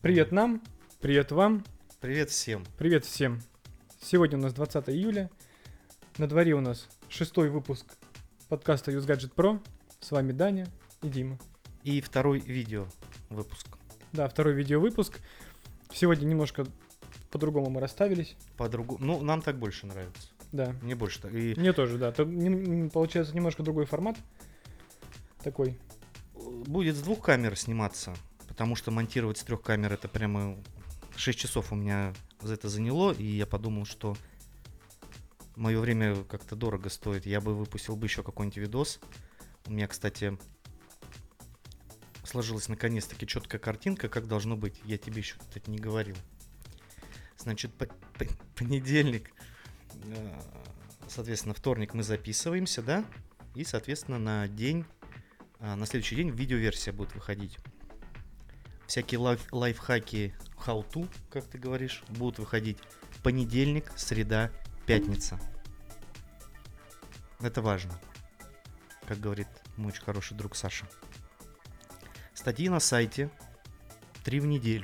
Привет нам, привет вам, Привет всем. привет всем. Сегодня у нас 20 июля, на дворе у нас 6-й выпуск подкаста Use Gadget Pro. С вами Даня и Дима. И второй видео выпуск. Да, второй видеовыпуск. Сегодня немножко по-другому мы расставились. По-другому. Ну, нам так больше нравится. Да, Мне больше так. И мне тоже, да. Получается немножко другой формат. Такой. будет с 2 камер сниматься, потому что монтировать с 3 камер это прямо 6 часов у меня за это заняло, и я подумал, что мое время как-то дорого стоит. Я бы выпустил бы еще какой-нибудь видос. У меня, кстати, сложилась наконец-таки четкая картинка, как должно быть. Я тебе еще это не говорил. Значит, понедельник, соответственно, вторник мы записываемся, да? И, соответственно, на следующий день видеоверсия будет выходить. Всякие лайфхаки how to, как ты говоришь, будут выходить понедельник, среда, пятница. Это важно, как говорит мой очень хороший друг Саша. Статьи на сайте 3 в неделю.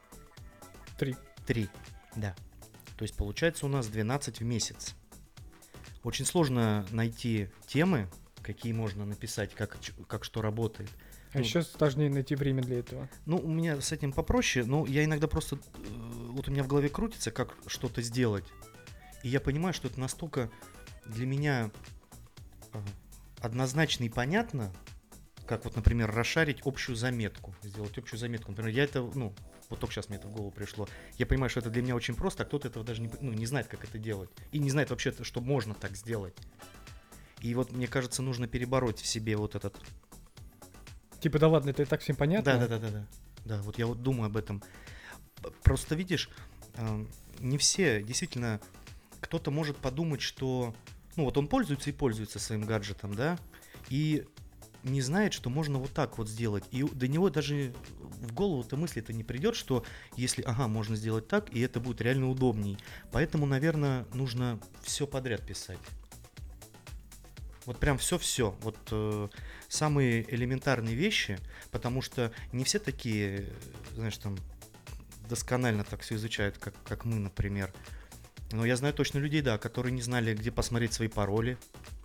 3, да. То есть получается у нас 12 в месяц. Очень сложно найти темы, какие можно написать, как что работает. А еще сложнее найти время для этого. Ну, у меня с этим попроще, но я иногда просто... Вот у меня в голове крутится, как что-то сделать. И я понимаю, что это настолько для меня однозначно и понятно, как вот, например, расшарить общую заметку. Сделать общую заметку. Например, я это, вот только сейчас мне это в голову пришло. Я понимаю, что это для меня очень просто, а кто-то этого даже не знает, как это делать. И не знает вообще, что можно так сделать. И вот, мне кажется, нужно перебороть в себе вот этот... Типа, да ладно, это и так всем понятно? Да. Да, вот я вот думаю об этом. Просто видишь, не все, действительно, кто-то может подумать, что... Ну, вот он пользуется своим гаджетом, да, и не знает, что можно вот так вот сделать. И до него даже в голову-то мысли-то не придет, что если, можно сделать так, и это будет реально удобней. Поэтому, наверное, нужно все подряд писать. Вот прям все-все. Вот самые элементарные вещи, потому что не все такие, знаешь, там, досконально так все изучают, как мы, например. Но я знаю точно людей, да, которые не знали, где посмотреть свои пароли.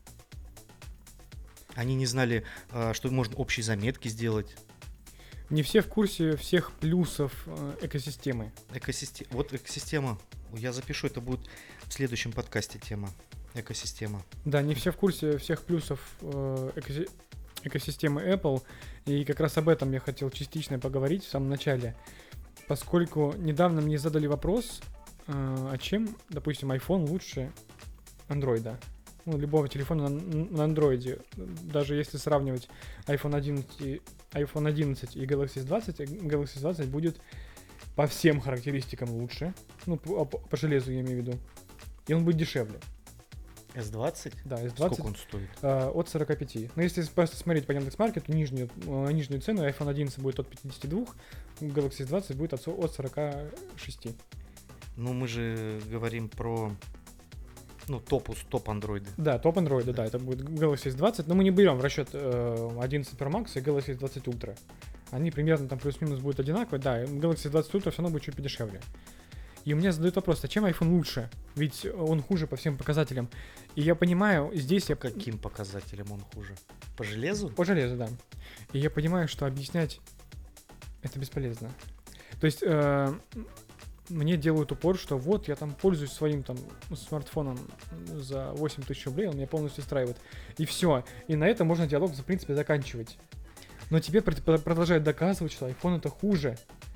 Они не знали, что можно общие заметки сделать. Не все в курсе всех плюсов экосистемы. Вот экосистема. Я запишу, это будет в следующем подкасте тема. Экосистема. Да, не все в курсе всех плюсов экосистемы Apple, и как раз об этом я хотел частично поговорить в самом начале, поскольку недавно мне задали вопрос, а чем, допустим, iPhone лучше Android, любого телефона на Android, даже если сравнивать iPhone 11 и Galaxy S20, Galaxy S20 будет по всем характеристикам лучше, по железу я имею в виду, и он будет дешевле. S20? Да, S20. Сколько он стоит? От 45. Но если просто смотреть по Яндекс.Маркету, нижнюю цену, iPhone 11 будет от 52, Galaxy S20 будет от 46. Ну, мы же говорим про топ андроиды. Да, топ андроида, да, это будет Galaxy S20, но мы не берем в расчет 11 Pro Max и Galaxy S20 Ultra. Они примерно там плюс-минус будут одинаковые, да, Galaxy S20 Ultra все равно будет чуть подешевле. И у меня задают вопрос, а чем iPhone лучше? Ведь он хуже по всем показателям. И я понимаю, здесь я... Каким показателям он хуже? По железу? По железу, да. И я понимаю, что объяснять это бесполезно. То есть мне делают упор, что вот я там пользуюсь своим там смартфоном за 8 тысяч рублей, он меня полностью устраивает. И все. И на этом можно диалог, в принципе, заканчивать. Но тебе продолжают доказывать, что iPhone это хуже.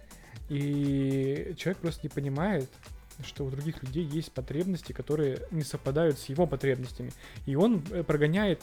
И человек просто не понимает, что у других людей есть потребности, которые не совпадают с его потребностями. И он прогоняет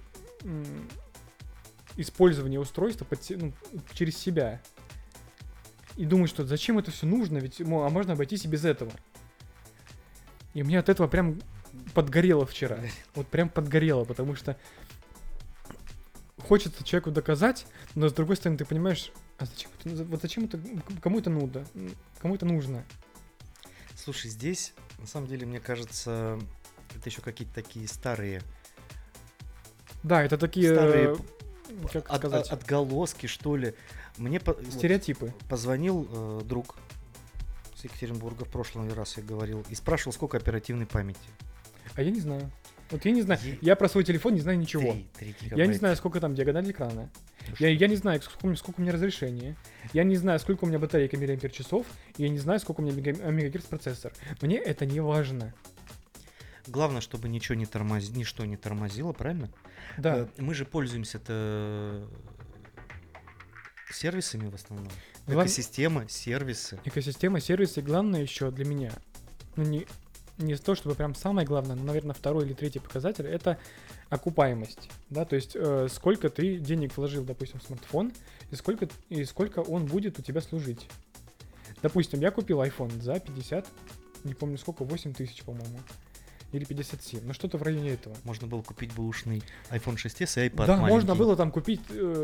использование устройства через себя. И думает, что зачем это все нужно, ведь можно обойтись и без этого. И у меня от этого прям подгорело вчера. Вот прям подгорело, потому что хочется человеку доказать, но с другой стороны ты понимаешь, зачем это, кому это нужно? Кому это нужно? Слушай, здесь, на самом деле, мне кажется, это еще какие-то такие старые... Да, это такие старые как сказать, отголоски, что ли. Мне стереотипы. Позвонил друг с Екатеринбурга, в прошлый раз я говорил, и спрашивал, сколько оперативной памяти. А я не знаю. Вот я не знаю. Я про свой телефон не знаю ничего. 3 Я не знаю, сколько там диагональ экрана. Я не знаю, сколько у меня разрешение. Я не знаю, сколько у меня батарейка миллиампер-часов. И я не знаю, сколько у меня мегагерц процессор. Мне это не важно. Главное, чтобы ничто не тормозило, правильно? Да. Мы же пользуемся сервисами в основном. Экосистема, сервисы. Экосистема, сервисы. Главное еще для меня, ну не то, чтобы прям самое главное, но, наверное, второй или третий показатель — это окупаемость. Да? То есть сколько ты денег вложил, допустим, в смартфон, и сколько он будет у тебя служить. Допустим, я купил iPhone за 50, не помню сколько, 8 тысяч, по-моему. Или 57, но что-то в районе этого. Можно было купить бэушный iPhone 6s и iPad да, маленький. можно было там купить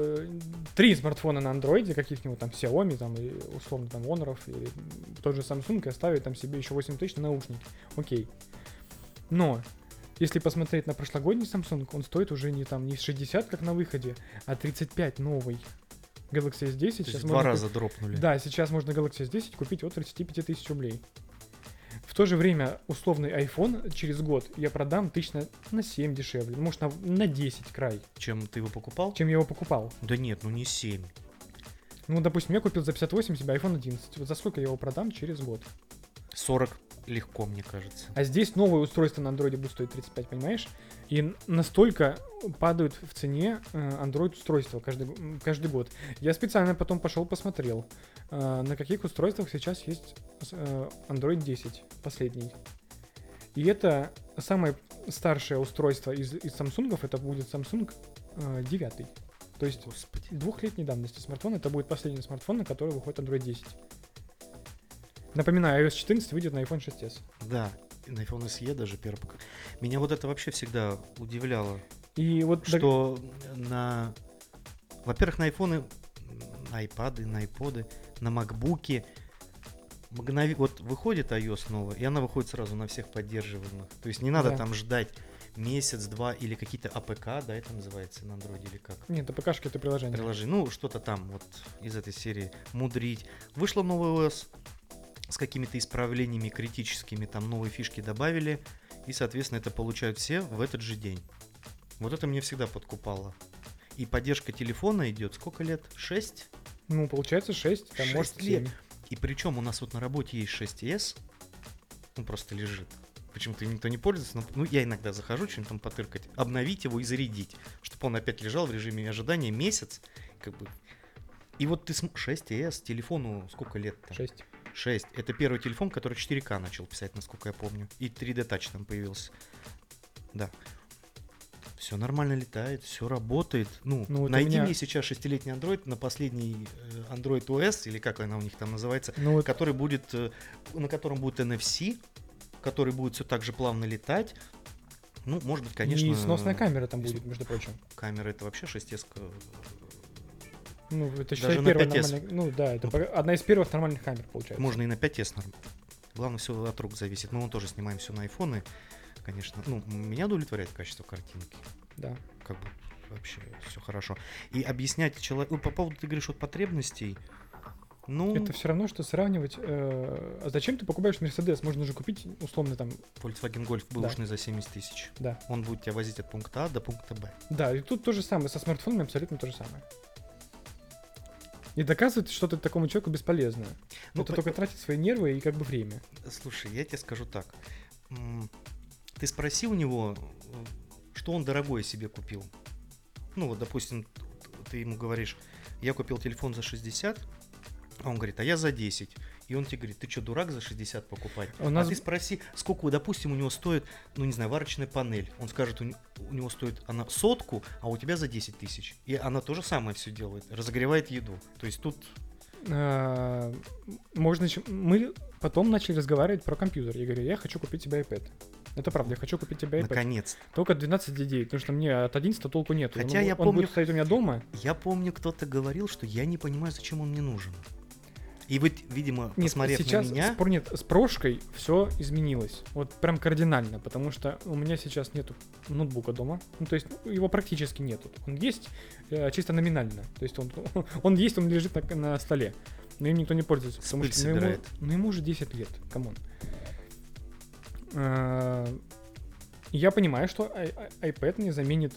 3 смартфона на андроиде, каких-нибудь там Xiaomi, там, и, условно, там, Honor, или тот же Samsung, и оставить там себе еще 8 тысяч на наушники. Окей. Но, если посмотреть на прошлогодний Samsung, он стоит уже не 60, как на выходе, а 35 новый. Galaxy S10. То есть в 2 раза дропнули. Да, сейчас можно Galaxy S10 купить от 35 тысяч рублей. В то же время условный iPhone через год я продам тысяч на 7 дешевле, может на 10 край. Чем ты его покупал? Чем я его покупал. Да нет, не 7. Ну, допустим, я купил за 58 себе iPhone 11. Вот за сколько я его продам через год? 40 легко, мне кажется. А здесь новое устройство на Android будет стоить 35, понимаешь? И настолько падают в цене Android-устройства каждый год. Я специально потом пошел посмотрел, на каких устройствах сейчас есть Android 10, последний. И это самое старшее устройство из Samsung, это будет Samsung 9. То есть 2-летней давности смартфон, это будет последний смартфон, на который выходит Android 10. Напоминаю, iOS 14 выйдет на iPhone 6s. Да, на iPhone SE даже первый. Меня вот это вообще всегда удивляло. И вот что во-первых, на айфоны, на iPad, на iPod, на MacBook вот выходит iOS новая, и она выходит сразу на всех поддерживаемых. То есть не надо там ждать месяц-два или какие-то АПК, да, это называется на Android или как? Нет, АПКшки — это приложение. Ну, что-то там вот из этой серии мудрить. Вышла новый OS с какими-то исправлениями критическими, там новые фишки добавили, и, соответственно, это получают все в этот же день. Вот это меня всегда подкупало. И поддержка телефона идет сколько лет? 6? Ну, получается 6, там 6 может 7. лет. И причем у нас вот на работе есть 6s, он просто лежит. Почему-то никто не пользуется, но я иногда захожу, что-нибудь там потыркать, обновить его и зарядить, чтобы он опять лежал в режиме ожидания месяц, как бы. И вот ты 6s, телефону сколько лет-то? 6. Это первый телефон, который 4К начал писать, насколько я помню. И 3D Touch там появился. Да. Все нормально летает, все работает. Найди мне сейчас 6-летний Android на последний Android OS, или как она у них там называется, который будет, на котором будет NFC, который будет все так же плавно летать. Ну, может быть, конечно... И сносная камера там будет, между прочим. Камера — это вообще 6S. Ну, это считай первая нормальная... Ну, да, это одна из первых нормальных камер, получается. Можно и на 5S нормально. Главное, все от рук зависит. Мы тоже снимаем все на айфоны, конечно. Ну, меня удовлетворяет качество картинки. Да. Как бы вообще все хорошо. И объяснять человеку... по поводу, ты говоришь, потребностей... Ну... Это все равно, что сравнивать... А зачем ты покупаешь Mercedes? Можно же купить, условно, там... Volkswagen Golf бэушный за 70 тысяч. Да. Он будет тебя возить от пункта А до пункта Б. Да, и тут то же самое. Со смартфонами абсолютно то же самое. И доказывает что-то такому человеку бесполезно. Это только тратит свои нервы и как бы время. Слушай, я тебе скажу так. Ты спроси у него, что он дорогое себе купил. Ну вот, допустим, ты ему говоришь, я купил телефон за 60, а он говорит, а я за 10. И он тебе говорит, ты что, дурак за 60 покупать? А ты спроси, сколько, допустим, у него стоит, ну не знаю, варочная панель. Он скажет, у него стоит она 100, а у тебя за 10 тысяч. И она то же самое все делает, разогревает еду. То есть тут... Мы потом начали разговаривать про компьютер. Я говорю, я хочу купить себе iPad. Это правда, я хочу купить тебе iPad. Наконец. Только 12 потому что мне от 11 толку нету. Хотя он будет стоять у меня дома. Я помню, кто-то говорил, что я не понимаю, зачем он мне нужен. И вот, видимо, Нет, посмотрев сейчас на меня... нет, с прошкой все изменилось. Вот прям кардинально, потому что у меня сейчас нету ноутбука дома. Ну, то есть его практически нету. Он есть чисто номинально. То есть он есть, он лежит на столе. Но им никто не пользуется, потому Пыль что собирает. ему уже 10 лет. Камон. Я понимаю, что iPad не заменит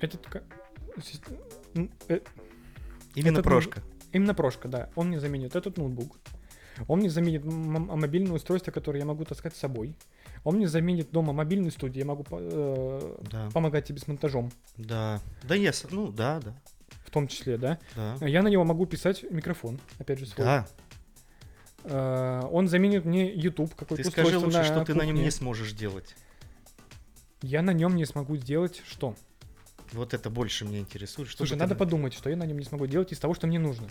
Именно этот прошка. Именно прошка, да. Он не заменит этот ноутбук. Он не заменит мобильное устройство, которое я могу таскать с собой. Он не заменит дома мобильную студию. Я могу помогать тебе с монтажом. Да. Да. В том числе, да. Да. Я на него могу писать микрофон, опять же, свой. Да. Он заменит мне YouTube, какое-то Ты скажи устройство лучше, что на ты на нем кухне. не сможешь делать. Я на нем не смогу сделать что? Вот это больше меня интересует. Слушай, надо подумать, что я на нем не смогу делать из того, что мне нужно.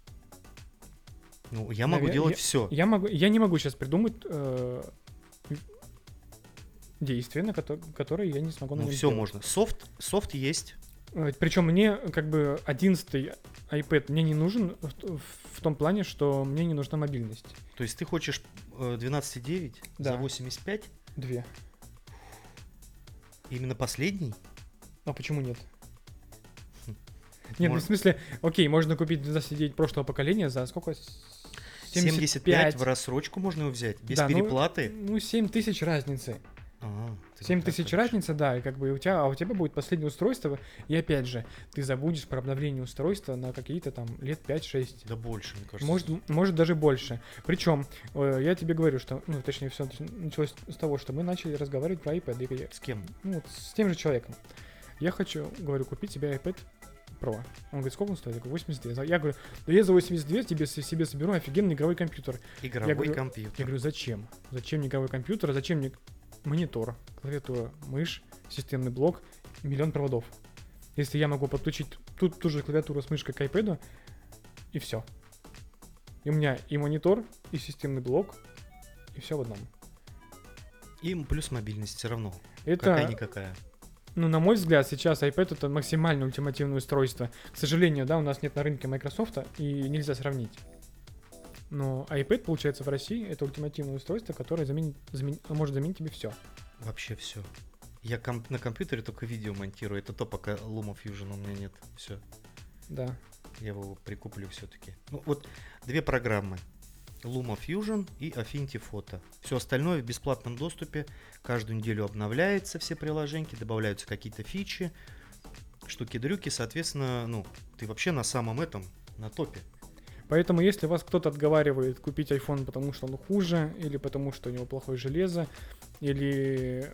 Ну, я могу делать все. Я не могу сейчас придумать действия, которые я не смогу на Ну, нем все сделать. можно. Софт есть. Причем мне как бы 11-й iPad мне не нужен в том плане, что мне не нужна мобильность. То есть ты хочешь 12,9 Да. за 85? 2. Именно последний? А почему нет? Хм. Нет, ну в смысле, окей, можно купить 12 прошлого поколения за сколько? 75 в рассрочку можно его взять, без Да, переплаты. Ну, 7 тысяч разницы. 7 тысяч разница, да, и как бы у тебя будет последнее устройство, и опять же, ты забудешь про обновление устройства на какие-то там лет 5-6. Да больше, мне кажется. Может даже больше. Причем, я тебе говорю, что, ну, точнее, все началось с того, что мы начали разговаривать про iPad. С кем? Ну, вот с тем же человеком. Я хочу, говорю, купить себе iPad Pro. Он говорит, сколько он стоит? Я говорю, 82. Я говорю, да я за 82 себе соберу офигенный игровой компьютер. Игровой компьютер. Я говорю, зачем? Зачем мне игровой компьютер? Зачем мне монитор, клавиатура, мышь, системный блок, миллион проводов? Если я могу подключить ту же клавиатуру с мышкой к iPad, и все. И у меня и монитор, и системный блок, и все в одном. И плюс мобильность все равно. Это, Какая-никакая. ну, на мой взгляд, сейчас iPad это максимально ультимативное устройство. К сожалению, да, у нас нет на рынке Microsoft, и нельзя сравнить. Но iPad, получается, в России это ультимативное устройство, которое может заменить тебе все. Вообще все. Я на компьютере только видео монтирую. Это то, пока LumaFusion у меня нет. Все. Да. Я его прикуплю все-таки. Ну, вот две программы. LumaFusion и Affinity Photo. Все остальное в бесплатном доступе. Каждую неделю обновляется все приложеньки, добавляются какие-то фичи, штуки-дрюки. Соответственно, ну, ты вообще на самом этом, на топе. Поэтому, если вас кто-то отговаривает купить iPhone, потому что он хуже, или потому что у него плохое железо, или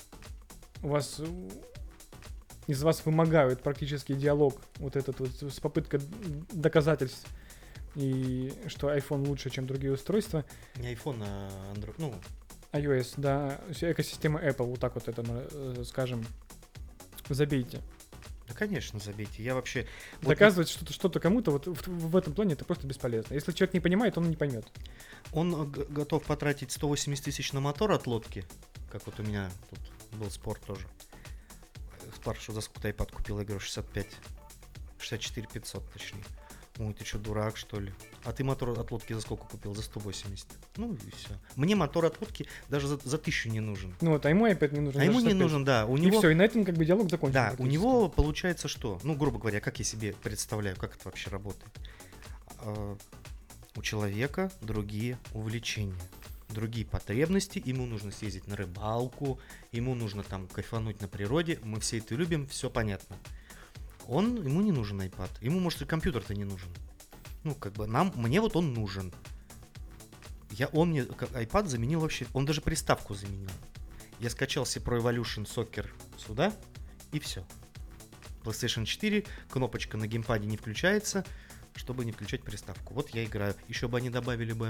из вас вымогают практически диалог вот этот вот с попыткой доказательств, и что iPhone лучше, чем другие устройства. Не iPhone, а Android. Ну, iOS, да, экосистема Apple, вот так вот это, скажем, забейте. да, конечно, забейте. Я вообще... Доказывать что-то кому-то вот в этом плане это просто бесполезно. Если человек не понимает, он не поймет. Он готов потратить 180 тысяч на мотор от лодки, как вот у меня тут был спор тоже. Спрашиваю, за сколько ты iPad купил? Я говорю, 64 500 точнее. Ой, ты что, дурак, что ли? А ты мотор от лодки за сколько купил? За 180. Ну и все. Мне мотор от лодки даже за 1000 не нужен. Ну вот, а ему iPad не нужен. А ему не нужен, да. У И него... все, и на этом как бы диалог закончен. Да, у него получается что? Ну, грубо говоря, как я себе представляю, как это вообще работает. У человека другие увлечения, другие потребности. Ему нужно съездить на рыбалку, ему нужно там кайфануть на природе. Мы все это любим, все понятно. Ему не нужен iPad. Ему, может, и компьютер-то не нужен. Ну, как бы мне вот он нужен. Он мне iPad заменил вообще. Он даже приставку заменил. Я скачал себе Pro Evolution Soccer сюда, и все. PlayStation 4, кнопочка на геймпаде не включается, чтобы не включать приставку. Вот я играю. Еще бы они добавили бы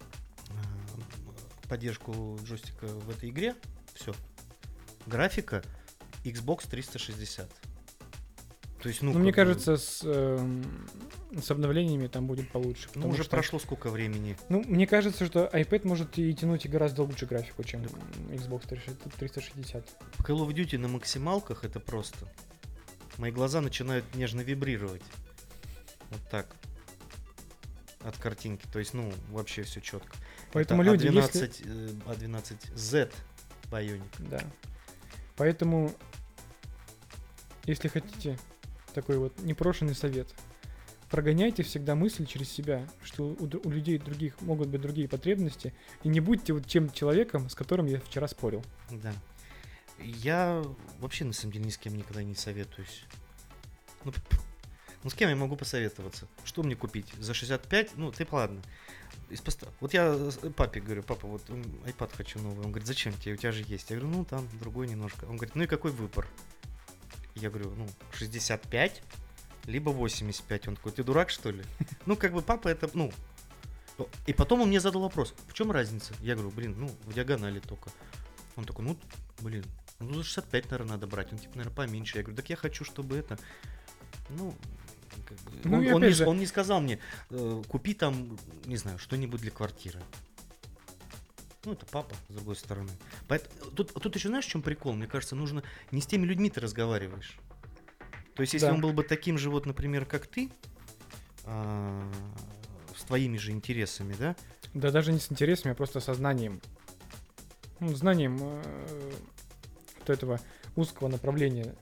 поддержку джойстика в этой игре. Все. Графика Xbox 360. То есть, мне кажется, с обновлениями там будет получше. Ну, уже прошло сколько времени. Ну, мне кажется, что iPad может и тянуть и гораздо лучше графику, чем Xbox 360. Call of Duty на максималках это просто. Мои глаза начинают нежно вибрировать. Вот так. от картинки. То есть, ну, вообще все четко. Поэтому это люди, A12, A12Z Bionic. Да. Поэтому, если хотите такой вот непрошенный совет, прогоняйте всегда мысль через себя, что у людей других могут быть другие потребности, и не будьте вот тем человеком, с которым я вчера спорил. Да. Я вообще, на самом деле, ни с кем никогда не советуюсь. Ну, с кем я могу посоветоваться? Что мне купить? За 65? Ну, ты ладно. Вот я папе говорю, папа, вот iPad хочу новый. Он говорит, зачем тебе? У тебя же есть. Я говорю, ну, там другой немножко. Он говорит, ну и какой выбор? Я говорю, ну, 65, либо 85. Он такой, ты дурак, что ли? Ну, как бы папа это, ну... И потом он мне задал вопрос, в чем разница? Я говорю, блин, ну, в диагонали только. Он такой, ну, блин, ну, за 65, наверное, надо брать. Он, типа, наверное, поменьше. Я говорю, так я хочу, чтобы это... Ну... Как бы, Ну, он не сказал мне, купи там, не знаю, что-нибудь для квартиры. Ну, это папа, с другой стороны. Тут еще знаешь, в чем прикол? Мне кажется, нужно не с теми людьми ты разговариваешь. То есть, если Да. он был бы таким же, вот, например, как ты, с твоими же интересами, да? Да даже не с интересами, а просто со знанием. Ну, знанием вот этого узкого направления.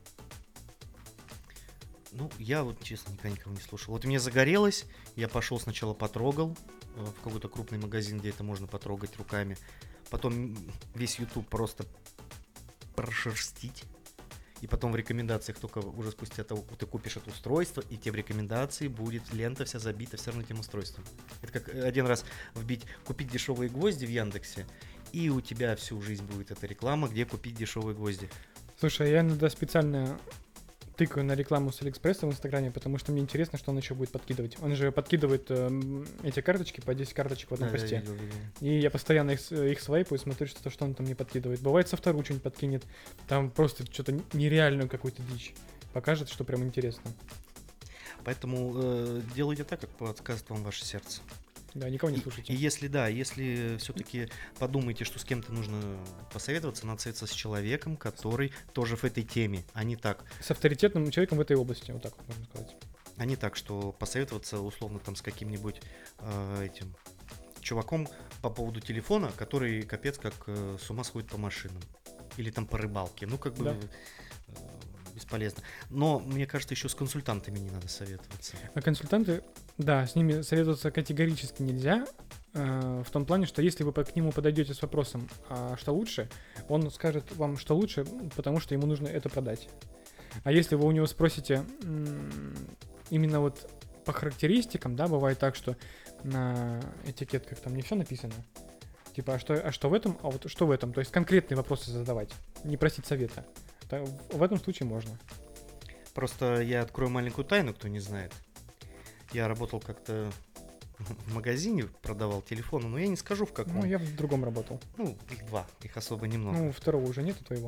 Ну, я вот, честно, никогда никого не слушал. Вот мне загорелось, я пошел сначала потрогал в какой-то крупный магазин, где это можно потрогать руками. Потом весь YouTube просто прошерстить. И потом в рекомендациях только уже спустя того, ты купишь это устройство, и тебе в рекомендации будет лента вся забита все равно этим устройством. Это как один раз купить дешевые гвозди в Яндексе, и у тебя всю жизнь будет эта реклама, где купить дешевые гвозди. Слушай, я иногда специально тыкаю на рекламу с Алиэкспресса в Инстаграме, потому что мне интересно, что он еще будет подкидывать. Он же подкидывает эти карточки, по 10 карточек в одном посте. Видел. И я постоянно их свайпаю и смотрю, что он там не подкидывает. Бывает, со вторую что-нибудь подкинет. Там просто что-то нереальную какую-то дичь покажет, что прям интересно. Поэтому делайте так, как подсказывает вам ваше сердце. Да, никого не слушайте. И если все-таки подумаете, что с кем-то нужно посоветоваться, надо советоваться с человеком, который тоже в этой теме, а не так. С авторитетным человеком в этой области, вот так вот можно сказать. А не так, что посоветоваться условно там с каким-нибудь этим чуваком по поводу телефона, который капец как с ума сходит по машинам. Или там по рыбалке. Ну, как бы... Да. Бесполезно. Но, мне кажется, еще с консультантами не надо советоваться. А консультанты, да, с ними советоваться категорически нельзя, в том плане, что если вы к нему подойдете с вопросом, а что лучше, он скажет вам, что лучше, потому что ему нужно это продать. А если вы у него спросите именно вот по характеристикам, да, бывает так, что на этикетках там не все написано. Типа, а что в этом, а вот что в этом? То есть конкретные вопросы задавать, не просить совета. В этом случае можно. Просто я открою маленькую тайну, кто не знает. Я работал как-то в магазине, продавал телефоны, но я не скажу в каком. Ну, я в другом работал. Ну, их два, их особо немного. Ну, второго уже нету твоего.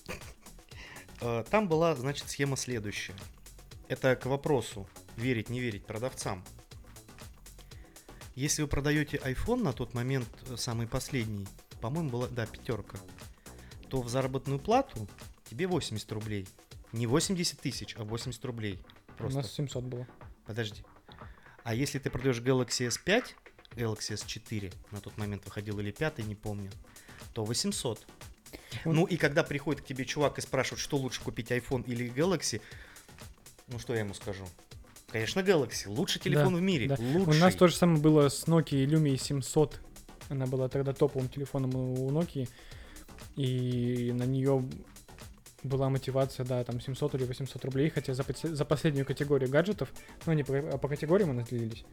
Там была, значит, схема следующая. Это к вопросу, верить, не верить продавцам. Если вы продаете iPhone на тот момент, самый последний, по-моему, была, да, 5, то в заработную плату тебе 80 рублей. Не 80 тысяч, а 80 рублей. Просто. У нас 700 было. Подожди. А если ты продаешь Galaxy S5, Galaxy S4 на тот момент выходил, или 5, не помню, то 800. Ну и когда приходит к тебе чувак и спрашивает, что лучше купить, iPhone или Galaxy, ну что я ему скажу? Конечно, Galaxy. Лучший телефон Да, в мире. да. Лучший. У нас то же самое было с Nokia Lumia 700. Она была тогда топовым телефоном у Nokia. И на нее была мотивация, да, там 700 или 800 рублей. Хотя за последнюю категорию гаджетов, ну они по категориям у нас делились.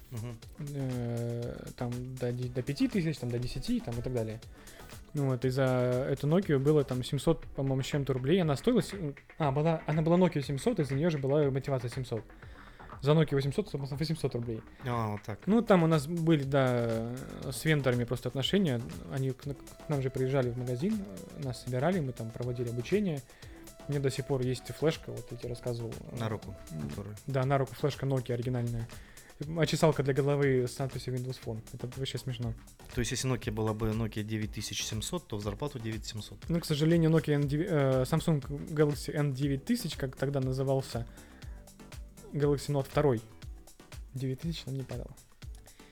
Там до 5000, там до 10 там, и так далее. Ну вот, и за эту Nokia было там 700, по-моему, с чем-то рублей. Она стоила... она была Nokia 700, и за нее же была мотивация 700. За Nokia 800, 800 рублей. Вот так. Ну, там у нас были, да, с вендорами просто отношения. Они к нам же приезжали в магазин, нас собирали, мы там проводили обучение. У меня до сих пор есть флешка, вот я тебе рассказывал. На руку. Который... Да, на руку флешка Nokia оригинальная. Очесалка для головы с надписью Windows Phone. Это вообще смешно. То есть, если Nokia была бы Nokia 9700, то в зарплату 9700. Ну, к сожалению, Samsung Galaxy N9000, как тогда назывался, Galaxy Note 2, 9000 нам не падало.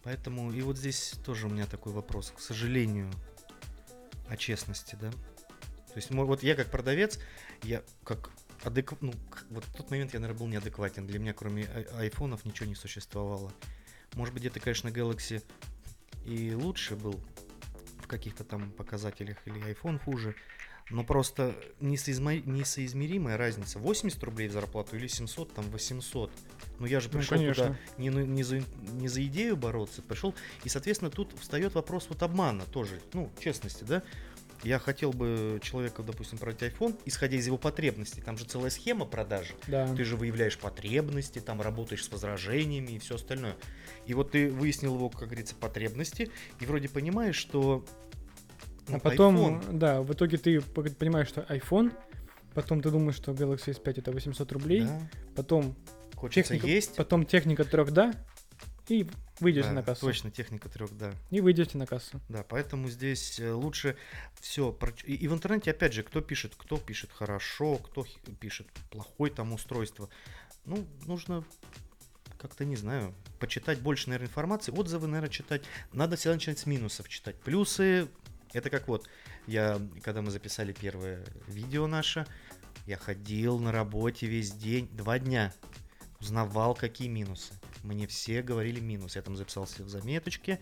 Поэтому и вот здесь тоже у меня такой вопрос, к сожалению, о честности, да. То есть вот я как продавец, я как вот в тот момент я, наверное, был неадекватен. Для меня кроме айфонов ничего не существовало. Может быть, где-то, конечно, Galaxy и лучше был в каких-то там показателях, или iPhone хуже, но просто несоизмеримая разница. 80 рублей в зарплату или 700, там 800. Но я же пришел туда не за идею бороться, пришел. И, соответственно, тут встает вопрос вот обмана тоже, честности, да. Я хотел бы человеку, допустим, продать iPhone, исходя из его потребностей. Там же целая схема продажи. Да. Ты же выявляешь потребности, там работаешь с возражениями и все остальное. И вот ты выяснил его, как говорится, потребности, и вроде понимаешь, что а потом, iPhone... да, в итоге ты понимаешь, что iPhone, потом ты думаешь, что Galaxy S5 это 800 рублей, Да. Потом хочется есть. Потом техника 3D, и выйдете Да, на кассу. точно, техника 3D. И выйдете на кассу. Да, поэтому здесь лучше все. И в интернете, опять же, кто пишет хорошо, кто пишет плохое там устройство. Нужно как-то, не знаю, почитать больше, наверное, информации, отзывы, наверное, читать. Надо всегда начинать с минусов читать. Плюсы, это как вот, когда мы записали первое видео наше, я ходил на работе весь день, 2 дня, узнавал, какие минусы. Мне все говорили минусы. Я там записался в заметочке.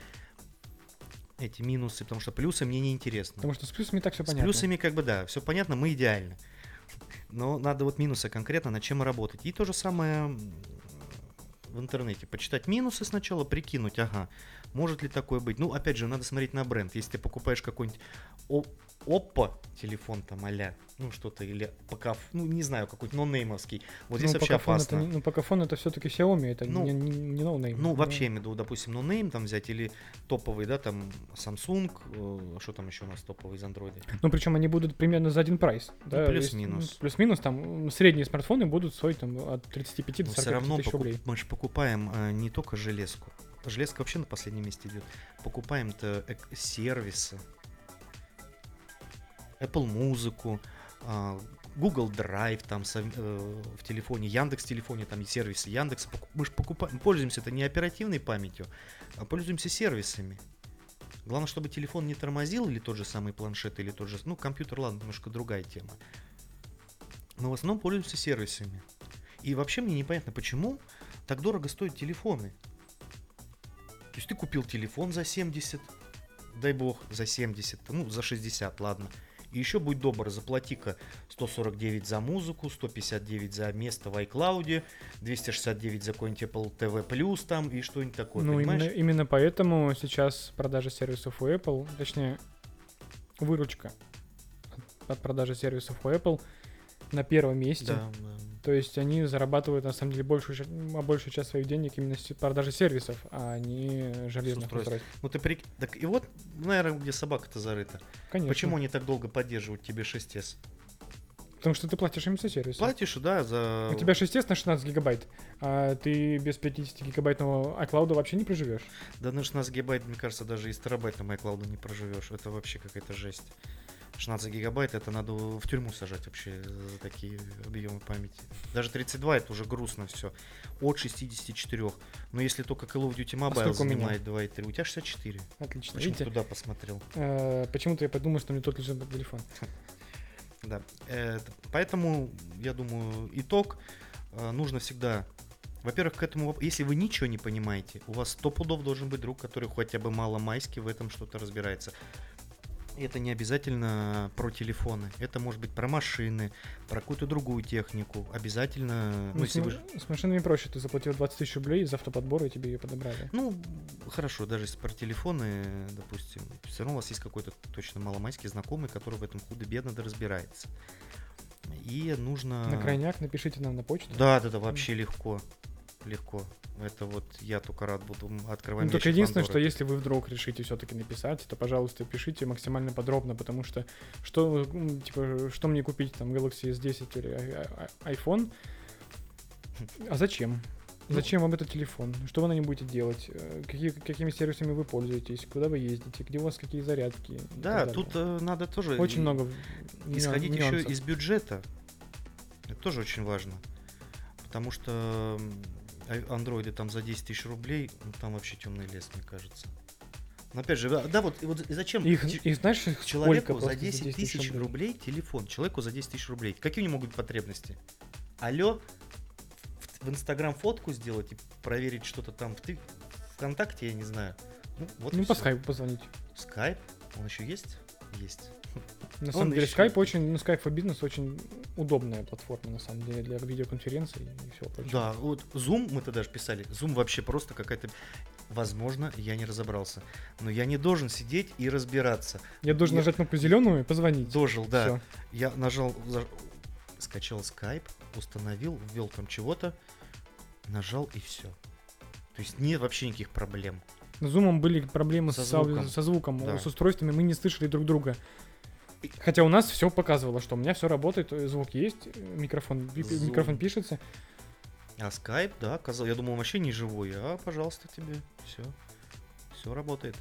Эти минусы, потому что плюсы мне не интересно. Потому что с плюсами так все понятно. С плюсами да, все понятно, мы идеальны. Но надо вот минусы конкретно, над чем работать. И то же самое в интернете. Почитать минусы сначала, прикинуть, может ли такое быть. Опять же, надо смотреть на бренд. Если ты покупаешь какой-нибудь Oppo телефон там а-ля, что-то, или пока, не знаю, какой-то нонеймовский. Вот здесь вообще опасно. Покафон это все-таки Xiaomi, это не ноунейм. Вообще, я имею в виду, допустим, нонейм там взять, или топовый, да, там, Samsung, что там еще у нас топовый из Android? Причем они будут примерно за один прайс. Да? Плюс-минус. Плюс-минус, там, средние смартфоны будут стоить там от 35 до 40 тысяч рублей. Мы же покупаем не только железку. Железка вообще на последнем месте идет. Покупаем-то сервисы. Apple музыку, Google Drive там в телефоне, Яндекс в телефоне, там и сервисы Яндекса. Мы же пользуемся это не оперативной памятью, а пользуемся сервисами. Главное, чтобы телефон не тормозил, или тот же самый планшет, или тот же... компьютер, ладно, немножко другая тема. Но в основном пользуемся сервисами. И вообще мне непонятно, почему так дорого стоят телефоны. То есть ты купил телефон за 70, дай бог, за 70, за 60, ладно. И еще будь добр, заплати-ка 149 за музыку, 159 за место в iCloud, 269 за какой-нибудь Apple TV+, там, и что-нибудь такое, понимаешь? Именно поэтому сейчас продажа сервисов у Apple, точнее, выручка от продажи сервисов у Apple на первом месте. Да. То есть они зарабатывают, на самом деле, большую часть своих денег именно с продажи сервисов, а не железных устройств. Так и вот, наверное, где собака-то зарыта. Конечно. Почему они так долго поддерживают тебе 6S? Потому что ты платишь им за сервис. Платишь, да, за... У тебя 6S на 16 гигабайт, а ты без 50-гигабайтного iCloud вообще не проживешь. Да на 16 гигабайт, мне кажется, даже и с терабайтом iCloud не проживешь. Это вообще какая-то жесть. 16 гигабайт, это надо в тюрьму сажать вообще за такие объемы памяти. Даже 32 это уже грустно все. От 64. Но если только Call of Duty Mobile занимает 2,3, у тебя 64. Отлично. Почему ты туда посмотрел? Почему-то я подумал, что мне тот лежит на телефон. Да. Поэтому, я думаю, итог нужно всегда... Во-первых, к этому, если вы ничего не понимаете, у вас 100 пудов должен быть друг, который хотя бы мало-майски в этом что-то разбирается. Это не обязательно про телефоны. Это может быть про машины, про какую-то другую технику. Обязательно... С машинами проще. Ты заплатил 20 тысяч рублей за автоподбор, и тебе ее подобрали. Хорошо, даже если про телефоны, допустим, все равно у вас есть какой-то точно маломайский знакомый, который в этом худо-бедно разбирается. И нужно... На крайняк напишите нам на почту. Да, вообще легко. Это вот я только рад буду открывать. Только единственное, что если вы вдруг решите все-таки написать, то, пожалуйста, пишите максимально подробно, потому что что мне купить, там, Galaxy S10 или iPhone, а зачем? Зачем вам этот телефон? Что вы на нем будете делать? Какими сервисами вы пользуетесь? Куда вы ездите? Где у вас какие зарядки? Да, тут надо тоже... Очень много исходить нюансов. еще из бюджета. Это тоже очень важно. Потому что... андроиды там за 10 тысяч рублей, ну, там вообще темный лес, мне кажется. Но опять же, да, вот и зачем Их знаешь, их человеку сколько за просто 10 тысяч рублей телефон? Человеку за 10 тысяч рублей. Какие у него могут быть потребности? Алло, в Инстаграм фотку сделать и проверить что-то там ВКонтакте, я не знаю. Ну, вот Ну, и по всё. скайпу позвонить. Скайп? Он еще есть? Есть. На самом деле, ещё- скайп очень, ну, скайп for бизнес очень удобная платформа, на самом деле, для видеоконференций и всего прочего. Да, вот Zoom, мы тогда же писали, Zoom вообще просто какая-то... Возможно, я не разобрался. Но я не должен сидеть и разбираться. Я должен нажать кнопку зеленую и позвонить. Дожил, да. Всё. Я нажал, скачал Skype, установил, ввел там чего-то, нажал и все. То есть нет вообще никаких проблем. С Zoom были проблемы Со со звуком. звуком, Да. с устройствами, мы не слышали друг друга. Хотя у нас все показывало, что у меня все работает, звук есть, микрофон пишется. А Skype, да, я думал, вообще не живой, а пожалуйста тебе, все работает.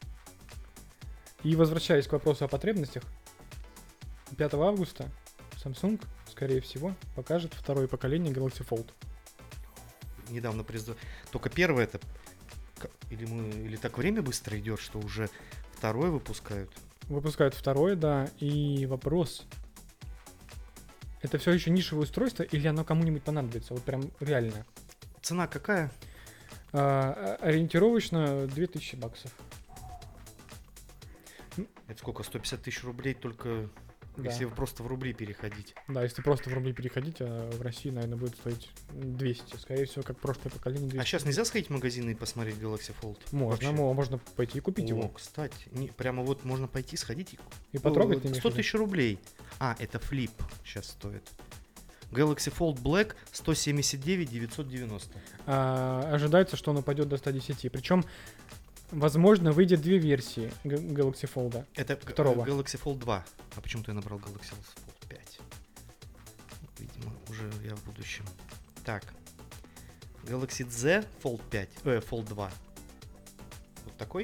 И возвращаясь к вопросу о потребностях, 5 августа Samsung, скорее всего, покажет второе поколение Galaxy Fold. Недавно только первое это, или так время быстро идет, что уже второе выпускают. Выпускают второе, да, и вопрос: это все еще нишевое устройство или оно кому-нибудь понадобится? Вот прям реально. Цена какая? Ориентировочно $2000. Это сколько? 150 тысяч рублей только Да. если просто в рубли переходить. Да, если просто в рубли переходить, а в России, наверное, будет стоить 200. Скорее всего, как прошлое поколение 200. А сейчас нельзя сходить в магазин и посмотреть Galaxy Fold? Можно, Вообще? можно пойти и купить его. Кстати, прямо вот можно пойти, сходить И потрогать, ты 100 имеешь в виду? тысяч рублей. А, это флип сейчас стоит. Galaxy Fold Black 179 990. Ожидается, что он упадет до 110. Причем, возможно, выйдет две версии Galaxy Fold. Это Второго. Galaxy Fold 2. А почему-то я набрал Galaxy Fold 5. Видимо, уже я в будущем. Так. Galaxy Z Fold 5. Fold 2. Вот такой.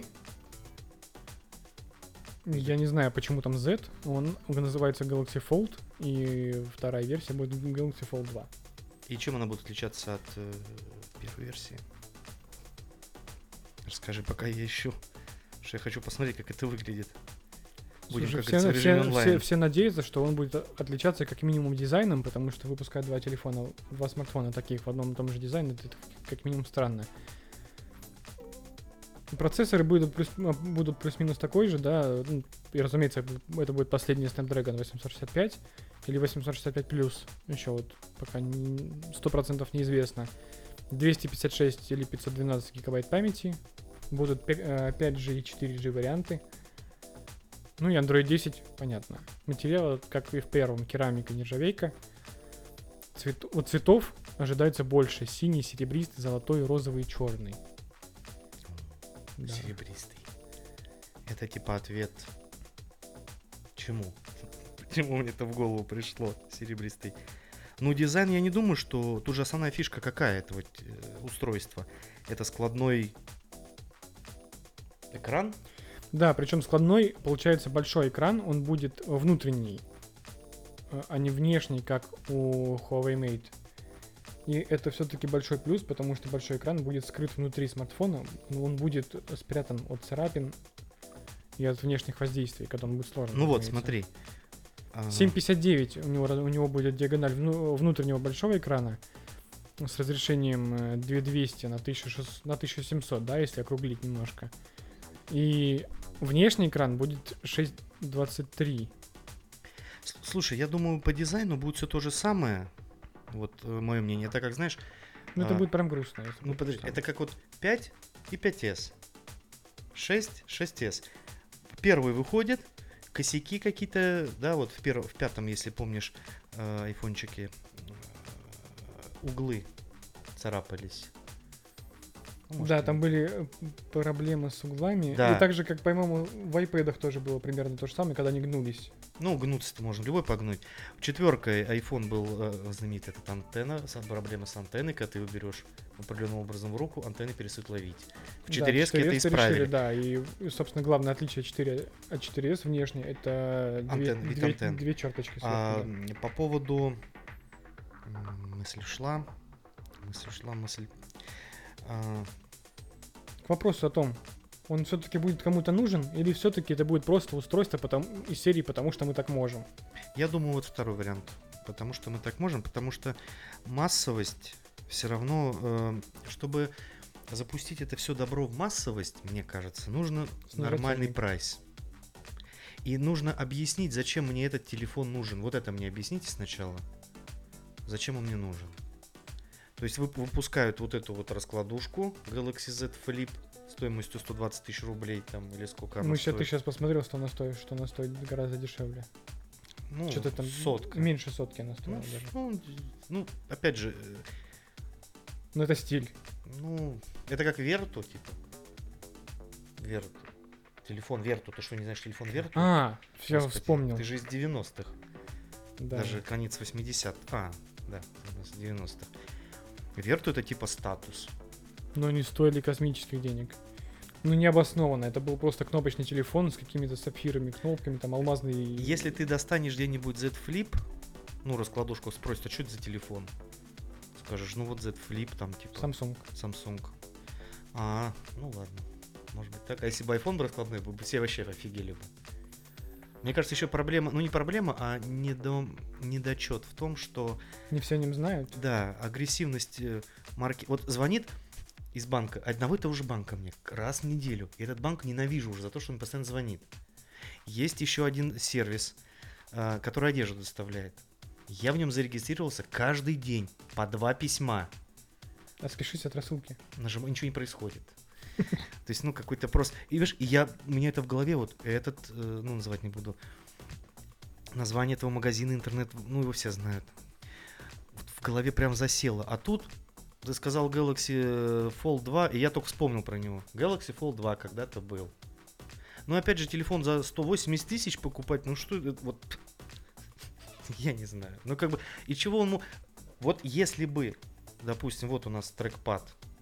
Я не знаю, почему там Z. Он называется Galaxy Fold. И вторая версия будет Galaxy Fold 2. И чем она будет отличаться от первой версии? Расскажи, пока я ищу. Что я хочу посмотреть, как это выглядит. Будем, Слушай, как говорится, в режиме онлайн. все надеются, что он будет отличаться как минимум дизайном, потому что выпускать два смартфона таких в одном и том же дизайне, это как минимум странно. Процессоры будут плюс-минус такой же, да, ну, и, разумеется, это будет последний Snapdragon 865 или 865 плюс, еще вот пока 100% неизвестно. 256 или 512 гигабайт памяти, будут 5G и 4G варианты. Ну и Android 10, понятно. Материал, как и в первом, керамика, нержавейка. От цветов ожидается больше: синий, серебристый, золотой, розовый и черный. Да. Серебристый. Это типа ответ. Чему? Почему мне это в голову пришло? Серебристый. Ну, дизайн, я не думаю, что... Тут же основная фишка какая этого устройства. Это складной экран. Да, причем складной, получается, большой экран, он будет внутренний, а не внешний, как у Huawei Mate. И это все-таки большой плюс, потому что большой экран будет скрыт внутри смартфона, он будет спрятан от царапин и от внешних воздействий, когда он будет сложен. Ну вот, разумеется. смотри. 7,59 у него будет диагональ внутреннего большого экрана с разрешением 2200 на 1700, да, если округлить немножко. И внешний экран будет 6,23. Слушай, я думаю, по дизайну будет все то же самое. Вот мое мнение. Так как, знаешь... Ну, это будет прям грустно. Ну, подожди, это как вот 5 и 5S. 6, 6S. Первый выходит, косяки какие-то, да, вот в пятом, если помнишь, айфончики, углы царапались. Ну, может, да, там были проблемы с углами. Да. И так же, как, по-моему, в iPad'ах тоже было примерно то же самое, когда они гнулись. Ну, гнуться-то можно любой погнуть. Четверкой iPhone был знаменит, это антенна, проблема с антенной, когда ты его берешь определенным образом в руку, антенны перестают ловить. В 4S да, это исправили. решили, да, и, собственно, главное отличие от 4S внешне, это две черточки сверху. По поводу... мысль ушла. А, К вопросу о том, он все-таки будет кому-то нужен, или все-таки это будет просто устройство из серии «потому что мы так можем». Я думаю, вот второй вариант. Потому что мы так можем, потому что массовость все равно, чтобы запустить это все добро в массовость, мне кажется, нужно нормальный прайс. И нужно объяснить, зачем мне этот телефон нужен. Вот это мне объясните сначала. Зачем он мне нужен? То есть выпускают вот эту вот раскладушку Galaxy Z Flip стоимостью 120 тысяч рублей там, или сколько она стоит. Ты сейчас посмотрел, что она стоит гораздо дешевле. Ну, что-то там сотка. Меньше сотки она стоила даже. Ну, опять же... Ну, это стиль. Ну, это как Верту, типа. Верту. Телефон Верту. Ты что, не знаешь телефон Верту? Все, вспомнил. Ты же из 90-х. Да. Даже конец 80-х. Да, 90-х. Верту это типа статус. Но не стоили космических денег. Ну, необоснованно. Это был просто кнопочный телефон с какими-то сапфирами, кнопками, там, алмазные... Если ты достанешь где-нибудь Z Flip, ну, раскладушку спросят, а что это за телефон? Скажешь, ну вот Z Flip, там, типа... Samsung. Ну ладно. Может быть так. А если бы iPhone был раскладной, бы все вообще офигели бы. Мне кажется, еще проблема... Ну, не проблема, а недочет в том, что... Не все о нем знают. Да, агрессивность марки... Вот звонит из банка, одного и того же банка мне раз в неделю. И этот банк ненавижу уже за то, что он постоянно звонит. Есть еще один сервис, который одежду доставляет. Я в нем зарегистрировался каждый день по 2 письма. Отпишись от рассылки. Нажимаю, ничего не происходит. То есть, ну, какой-то просто... И видишь, у меня это в голове, вот этот, называть не буду, название этого магазина, интернет, ну, его все знают. Вот в голове прям засело. А тут ты сказал Galaxy Fold 2, и я только вспомнил про него. Galaxy Fold 2 когда-то был. Но опять же, телефон за 180 тысяч покупать, ну что это, вот... Я не знаю. Ну, как бы, и чего он... Вот если бы, допустим, вот у нас трекпад,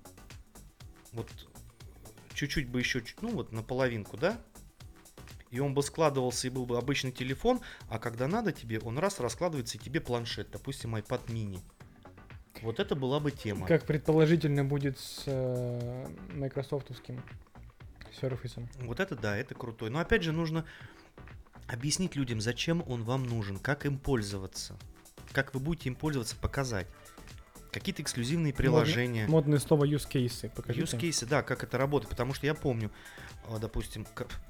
вот чуть-чуть бы еще, ну вот наполовинку, да? И он бы складывался и был бы обычный телефон, а когда надо тебе, он раскладывается и тебе планшет, допустим, iPad mini. Вот это была бы тема. Как предположительно будет с майкрософтовским Surface. Вот это да, это крутой. Но опять же нужно объяснить людям, зачем он вам нужен, как им пользоваться. Как вы будете им пользоваться, показать. Какие-то эксклюзивные приложения. Модное слово use cases. Покажите. Use cases, да, как это работает. Потому что я помню, допустим,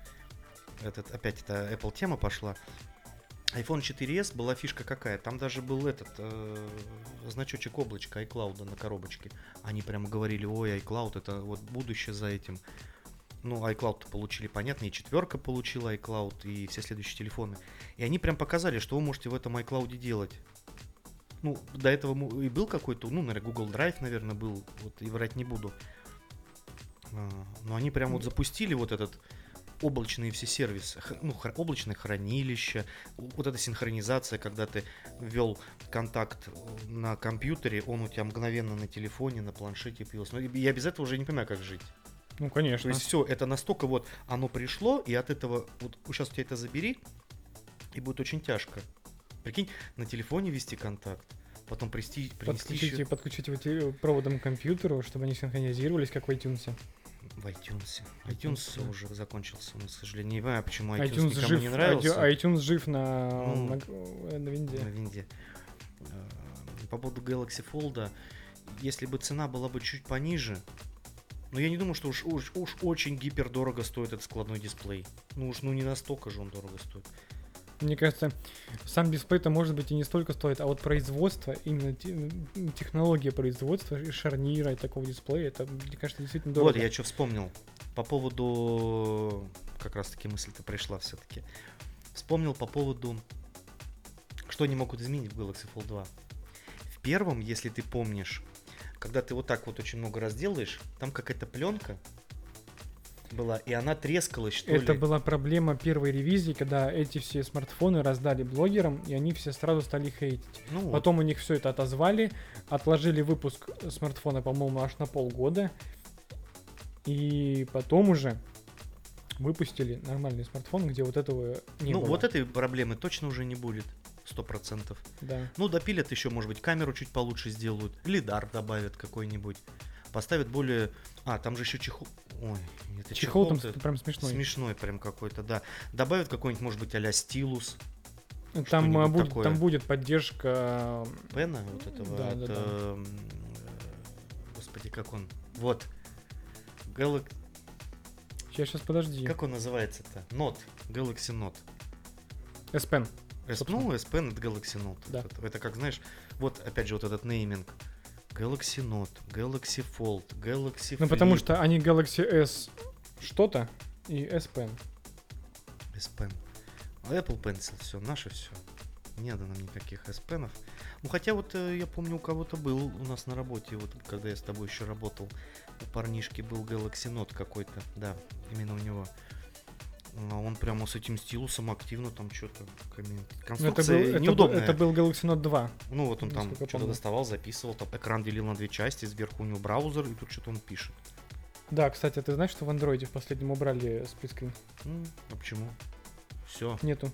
опять эта Apple тема пошла. iPhone 4s была фишка какая? Там даже был значочек облачка iCloud на коробочке. Они прямо говорили, ой, iCloud, это вот будущее за этим. Ну, iCloud получили, понятно, и 4 получила iCloud, и все следующие телефоны. И они прям показали, что вы можете в этом iCloud делать. Ну, до этого и был какой-то, ну, наверное, Google Drive, наверное, был, вот, и врать не буду. Но они прям вот запустили вот этот облачные все сервисы, ну, облачное хранилище, вот эта синхронизация, когда ты ввел контакт на компьютере, он у тебя мгновенно на телефоне, на планшете появился. Но я без этого уже не понимаю, как жить. Ну, конечно. То есть все, это настолько вот оно пришло, и от этого, вот сейчас у тебя это забери, и будет очень тяжко. Прикинь, на телефоне вести контакт, потом принести еще... Подключите проводом к компьютеру, чтобы они синхронизировались, как в iTunes. В iTunes. iTunes уже закончился, но, к сожалению, не знаю, почему iTunes никому жив, не нравился. iTunes жив на винде. На винде. По поводу Galaxy Fold, если бы цена была бы чуть пониже, но я не думаю, что уж очень гипердорого стоит этот складной дисплей. Ну не настолько же он дорого стоит. Мне кажется, сам дисплей-то, может быть, и не столько стоит, а вот производство, именно технология производства и шарнира и такого дисплея, это, мне кажется, действительно дорого. Вот, я что вспомнил. По поводу... Как раз-таки мысль-то пришла все-таки. Вспомнил по поводу... Что они могут изменить в Galaxy Fold 2. В первом, если ты помнишь, когда ты вот так вот очень много раз делаешь, там какая-то пленка была, и она трескалась, что ли. Это была проблема первой ревизии, когда эти все смартфоны раздали блогерам, и они все сразу стали хейтить. Ну Потом у них все это отозвали, отложили выпуск смартфона, по-моему, аж на полгода, и потом уже выпустили нормальный смартфон, где вот этого не было. Ну, вот этой проблемы точно уже не будет. 100%. Да. Ну, допилят еще, может быть, камеру чуть получше сделают, лидар добавят какой-нибудь. поставят более... там же еще чехол... Ой, это Чехол там чехол-то прям смешной. смешной прям какой-то, да. Добавят какой-нибудь, может быть, а-ля стилус. Там что-нибудь будет, такое. там будет поддержка. Пена вот этого. Да, это, да, да. Господи, как он? Вот. Сейчас, подожди. Как он называется-то? Note. Galaxy Note. S Pen. Ну, S Pen это Galaxy Note. Да. Это как, знаешь, вот опять же вот этот нейминг. Galaxy Note, Galaxy Fold, Galaxy Ну, Flip. потому что они Galaxy S что-то и S Pen. S Pen. Apple Pencil, все, наше все. Не надо нам никаких S Pen'ов. Ну, хотя вот я помню, у кого-то был у нас на работе, вот когда я с тобой еще работал, у парнишки был Galaxy Note какой-то, да, именно у него. Он прямо с этим стилусом активно там что-то... Конструкция неудобная. Это был Galaxy Note 2. Ну вот он там Насколько что-то помню. доставал, записывал, там экран делил на две части, сверху у него браузер, и тут что-то он пишет. Да, кстати, ты знаешь, что в андроиде в последнем убрали сплитскрин? А почему? Все. Нету.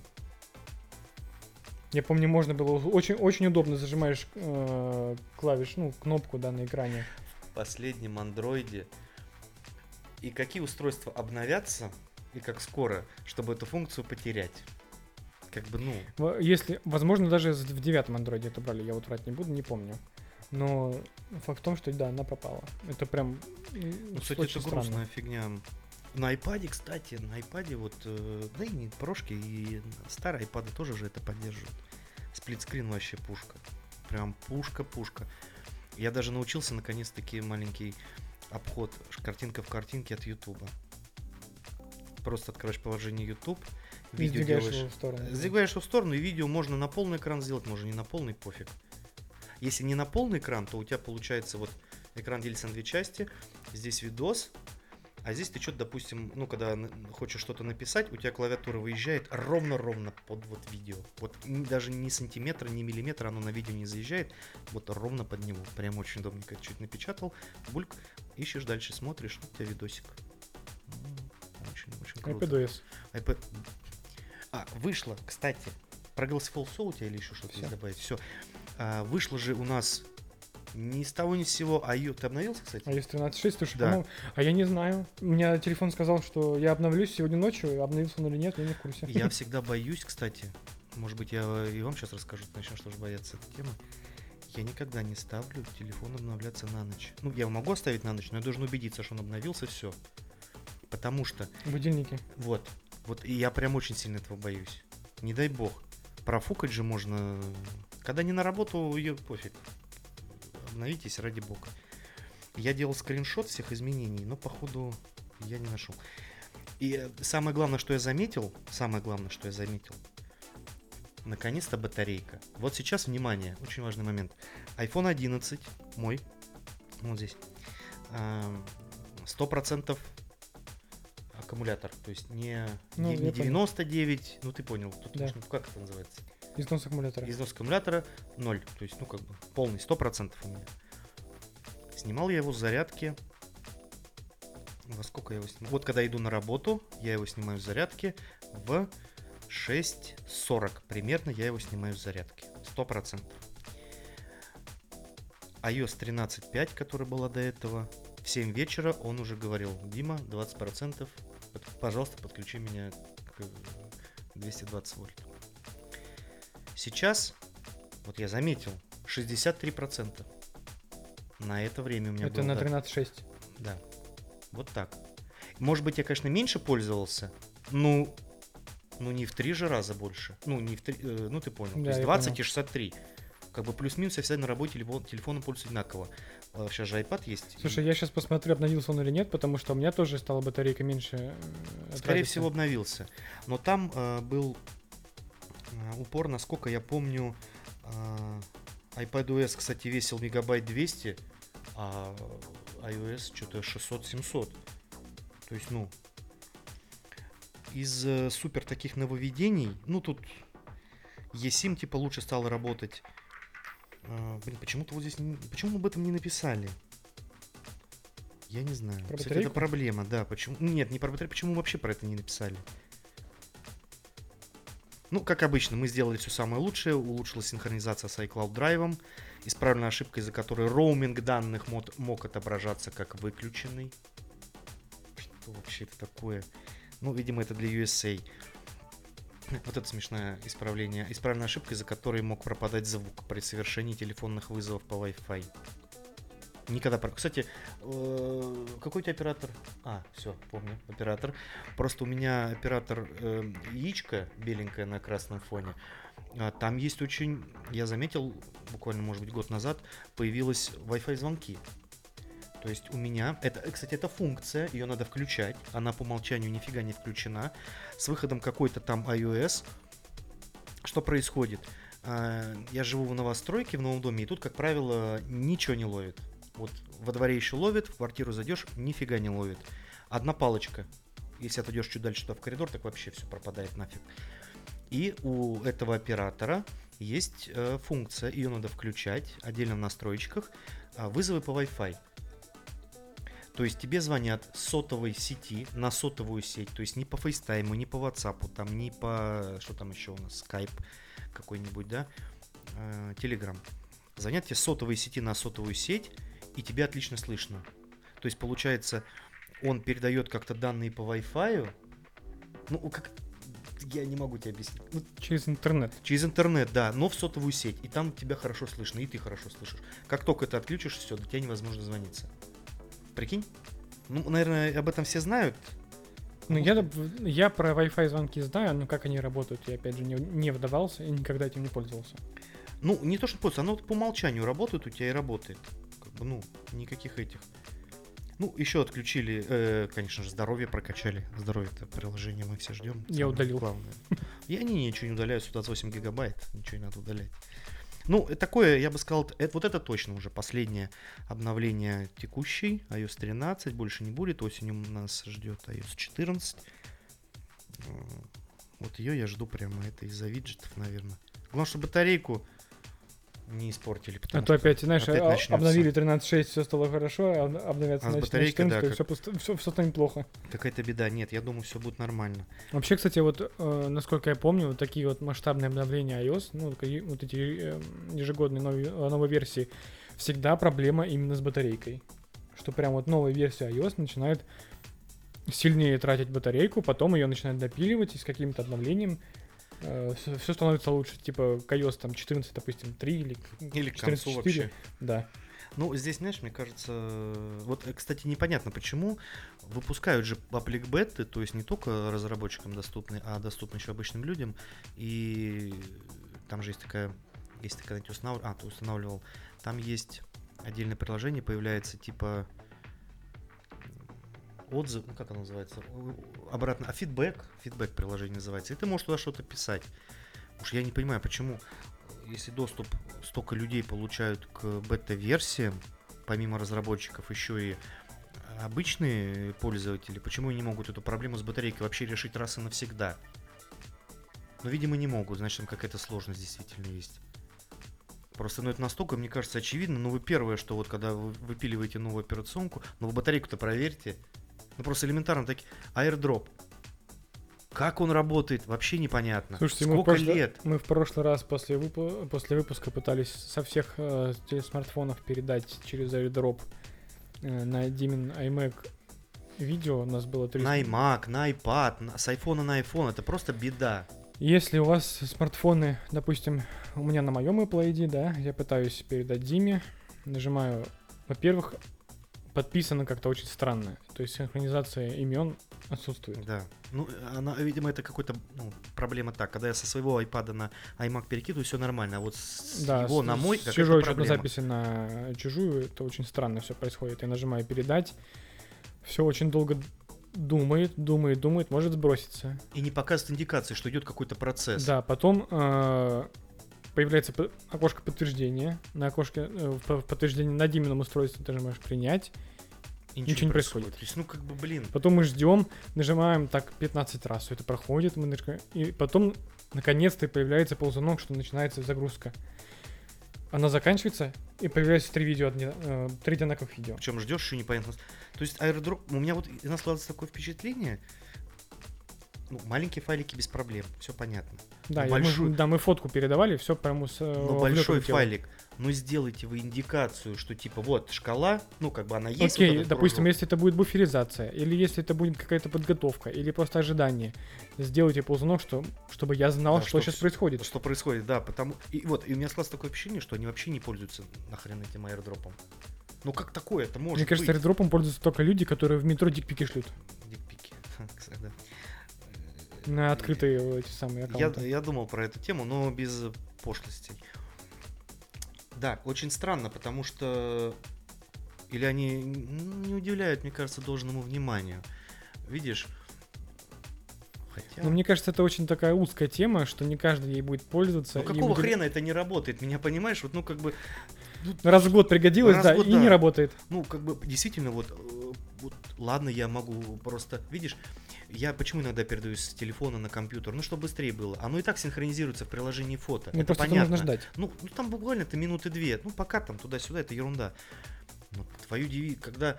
Я помню, можно было очень, очень удобно зажимаешь клавиш, ну, кнопку, да, на экране. В последнем андроиде. И какие устройства обновятся, и как скоро, чтобы эту функцию потерять? Как бы, ну... Если, возможно, даже в 9-м андроиде это брали, я вот врать не буду, не помню. Но факт в том, что да, она пропала. Это прям Ну, кстати, очень это странно. грустная фигня. На iPad, кстати, на iPad вот, да и не прошки, и старые iPad тоже же это поддерживают. Сплитскрин вообще пушка. Прям пушка. Я даже научился наконец-таки маленький обход, картинка в картинке от YouTube. Просто открываешь приложение YouTube, И видео сдвигаешь делаешь. его в сторону. Сдвигаешь его в сторону, и видео можно на полный экран сделать, можно не на полный, пофиг. Если не на полный экран, то у тебя получается вот экран делится на две части, здесь видос, а здесь ты что-то, допустим, ну, когда хочешь что-то написать, у тебя клавиатура выезжает ровно-ровно под вот видео. Вот даже ни сантиметра, ни миллиметра оно на видео не заезжает, вот ровно под него. Прям очень удобненько. Чуть напечатал, бульк, ищешь дальше, смотришь, у тебя видосик. Очень круто. iPadOS. Вышло, кстати, про Galaxy Fold все у тебя или еще что-то есть добавить? Все. Вышло же у нас ни с того ни с сего iOS. Ты обновился, кстати? iOS 13.6, слушай, Да. по-моему, а я не знаю. У меня телефон сказал, что я обновлюсь сегодня ночью, обновился он или нет, я не в курсе. Я всегда боюсь, кстати. Может быть, я и вам сейчас расскажу, начнешь тоже бояться этой темы. Я никогда не ставлю телефон обновляться на ночь. Ну, я его могу оставить на ночь, но я должен убедиться, что он обновился, все. Потому что... Будильники. Вот, и я прям очень сильно этого боюсь. Не дай бог. Профукать же можно... Когда не на работу, ее пофиг. Обновитесь, ради бога. Я делал скриншот всех изменений, но, походу, я не нашел. И самое главное, что я заметил, наконец-то батарейка. Вот сейчас, внимание, очень важный момент. iPhone 11, мой, вот здесь, 100% аккумулятор, то есть не 99, ну ты понял, тут Да. как это называется? Износ аккумулятора. Износ аккумулятора 0, то есть, ну как бы полный, 100% у меня. Снимал я его с зарядки. Во сколько я его снимаю? Вот когда иду на работу, я его снимаю с зарядки в 6:40 примерно я его снимаю с зарядки. 100%. iOS 13.5, которая была до этого, в 7 вечера он уже говорил: Дима, 20%, пожалуйста, подключи меня к 220 вольт. Сейчас, вот я заметил, 63%. На это время у меня Это было, на да. 13.6. Да, вот так. Может быть, я, конечно, меньше пользовался, ну не в 3 же раза больше. Ну, не в 3, ну ты понял. Да, то есть я 20 понял. и 63. Как бы плюс-минус я всегда на работе телефоном пользуюсь одинаково. Сейчас же iPad есть. Слушай, я сейчас посмотрю, обновился он или нет, потому что у меня тоже стала батарейка меньше. Скорее всего, обновился. Но там был упор, насколько я помню, iPadOS, кстати, весил мегабайт 200, а iOS что-то 600-700. То есть, ну, из супер таких нововведений, ну, тут eSIM типа лучше стал работать. Почему-то вот здесь, почему об этом не написали? Я не знаю. Про Кстати, батарейку? это проблема, да. Почему? Нет, не про батарейку. Почему вообще про это не написали? Ну, как обычно, мы сделали все самое лучшее. Улучшилась синхронизация с iCloud Drive. Исправлена ошибка, из-за которой роуминг данных мог отображаться как выключенный. Что вообще это такое? Ну, видимо, это для USA. Вот это смешное исправление. Исправленная ошибка, из-за которой мог пропадать звук при совершении телефонных вызовов по Wi-Fi. Никогда... Кстати, какой у тебя оператор? Все, помню, оператор. Просто у меня оператор яичко беленькое на красном фоне. Там есть очень... Я заметил, буквально, может быть, год назад появилось Wi-Fi звонки. То есть у меня... Кстати, это функция, ее надо включать. Она по умолчанию нифига не включена. С выходом какой-то там iOS. Что происходит? Я живу в новостройке, в новом доме, и тут, как правило, ничего не ловит. Вот во дворе еще ловит, в квартиру зайдешь, нифига не ловит. Одна палочка. Если отойдешь чуть дальше туда в коридор, так вообще все пропадает нафиг. И у этого оператора есть функция, ее надо включать отдельно в настройках, вызовы по Wi-Fi. То есть тебе звонят с сотовой сети на сотовую сеть, то есть не по FaceTime, не по WhatsApp, там, не по, что там еще у нас, Skype какой-нибудь, да, Telegram. Звонят тебе с сотовой сети на сотовую сеть, и тебя отлично слышно. То есть, получается, он передает как-то данные по Wi-Fi, ну, как... Я не могу тебе объяснить. Ну, через интернет. Через интернет, да, но в сотовую сеть. И там тебя хорошо слышно, и ты хорошо слышишь. Как только ты отключишь, все, до тебя невозможно звониться. Прикинь? Ну, наверное, об этом все знают. Ну, я про Wi-Fi звонки знаю, но как они работают, я опять же не вдавался и никогда этим не пользовался. Ну, не то, что пользоваться, оно по умолчанию работает, у тебя и работает. Как бы, ну, никаких этих. Ну, еще отключили, конечно же, здоровье прокачали. Здоровье — это приложение мы все ждем. Я удалил. Главное. Я ничего не удаляю, 128 гигабайт, ничего не надо удалять. Ну, такое, я бы сказал, вот это точно уже последнее обновление текущей, iOS 13, больше не будет, осенью нас ждет iOS 14. Вот ее я жду прямо, это из-за виджетов, наверное. Главное, чтобы батарейку не испортили. А то опять, знаешь, обновили 13.6, все стало хорошо, а обновятся на 14, да, все станет плохо. Какая-то беда. Нет, я думаю, все будет нормально. Вообще, кстати, вот, насколько я помню, вот такие вот масштабные обновления iOS, ну, вот эти ежегодные новые версии, всегда проблема именно с батарейкой. Что прям вот новая версия iOS начинает сильнее тратить батарейку, потом ее начинают допиливать, и с каким-то обновлением все становится лучше, типа iOS там 14, допустим, 3 или 14, 4. Вообще. Да. Ну, здесь, знаешь, мне кажется, вот, кстати, непонятно, почему выпускают же паблик беты, то есть не только разработчикам доступны, а доступны еще обычным людям, и там же есть такая, знаете, ты устанавливал, там есть отдельное приложение, появляется типа отзыв, ну как оно называется, обратно, фидбэк приложение называется, и ты можешь туда что-то писать. Уж я не понимаю, почему, если доступ столько людей получают к бета-версиям, помимо разработчиков, еще и обычные пользователи, почему они не могут эту проблему с батарейкой вообще решить раз и навсегда? Но, видимо, не могут, значит, там какая-то сложность действительно есть. Просто, ну, это настолько, мне кажется, очевидно. Ну, вы первое, что вот когда вы выпиливаете новую операционку, ну, вы батарейку-то проверьте. Ну, просто элементарно таки. AirDrop. Как он работает, вообще непонятно. Слушайте, сколько лет? Мы в прошлый раз после выпуска пытались со всех смартфонов передать через AirDrop на Димин iMac видео. У нас было 300. На iMac, на iPad, с iPhone на iPhone. Это просто беда. Если у вас смартфоны, допустим, у меня на моем Apple ID, да, я пытаюсь передать Диме, нажимаю, во-первых, подписано как-то очень странно, то есть синхронизация имен отсутствует. Да, ну, она, видимо, это какая-то проблема так, когда я со своего iPad на iMac перекидываю, все нормально, а вот с его на мой, с чужой что-то записи на чужую, это очень странно все происходит. Я нажимаю передать, все очень долго думает, может сброситься. И не показывает индикации, что идет какой-то процесс. Да, потом появляется окошко подтверждения. На окошке подтверждения на Димином устройстве ты нажимаешь принять. И ничего не происходит. То есть, ну, как бы, блин. Потом мы ждем, нажимаем так 15 раз, все это проходит, и потом наконец-то появляется ползунок, что начинается загрузка. Она заканчивается, и появляется 3 одинаковых видео. Причем ждешь, еще непонятно. То есть AirDrop, у меня вот складывается такое впечатление, ну, маленькие файлики без проблем, все понятно. Да, Большой- мы фотку передавали, все прямо Но большой файлик, ну сделайте вы индикацию, что типа вот шкала, ну как бы она есть. Окей, вот этот допустим, кружок. если это будет буферизация, или если это будет какая-то подготовка, или просто ожидание, сделайте ползунок, чтобы я знал, Да, что чтоб сейчас с- происходит. Что происходит, да, потому... И вот, и у меня сложилось такое ощущение, что они вообще не пользуются нахрен этим аирдропом. Ну как такое это может Мне кажется, быть? аирдропом пользуются только люди, которые в метро дикпики шлют Дикпики. Кстати, да. на открытые эти самые аккаунты. Я думал про эту тему, но без пошлостей. Да, очень странно, потому что... Или они не удивляют, мне кажется, должному вниманию. Видишь? Хотя... Но мне кажется, это очень такая узкая тема, что не каждый ей будет пользоваться. Ну и какого будет- хрена это не работает? Меня понимаешь? Вот, ну как бы... Раз в год пригодилось, Раз да, в год, и да. не работает. Ну, как бы, действительно, вот, ладно, я могу просто, видишь, я почему иногда передаю с телефона на компьютер, ну, чтобы быстрее было. Оно и так синхронизируется в приложении фото, Ну, это просто это понятно. нужно ждать. Ну, там буквально-то минуты две, ну, пока там туда-сюда, это ерунда. Но твою когда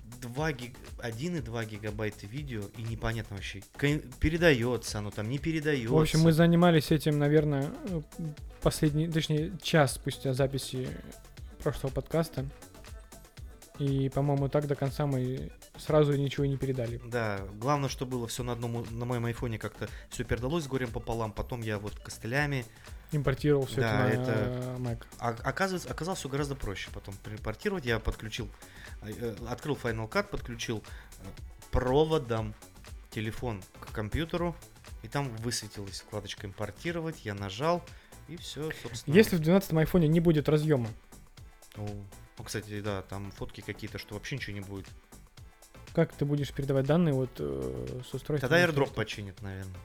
1,2 гигабайта видео, и непонятно вообще, передается оно там, не передается. В общем, мы занимались этим, наверное, точнее, час спустя записи прошлого подкаста. И, по-моему, так до конца мы сразу ничего и не передали. Да, главное, что было все на моем айфоне как-то все передалось с горем пополам, потом я вот костылями. Импортировал все Да, это на это- Mac. Оказалось все гораздо проще потом импортировать. Я подключил, открыл Final Cut, подключил проводом телефон к компьютеру, и там высветилась вкладочка импортировать, я нажал, и все, собственно. Если в 12-м айфоне не будет разъема, Ну, кстати, да, там фотки какие-то, что вообще ничего не будет. как ты будешь передавать данные вот с устройства? Тогда на AirDrop устройство? починит, наверное.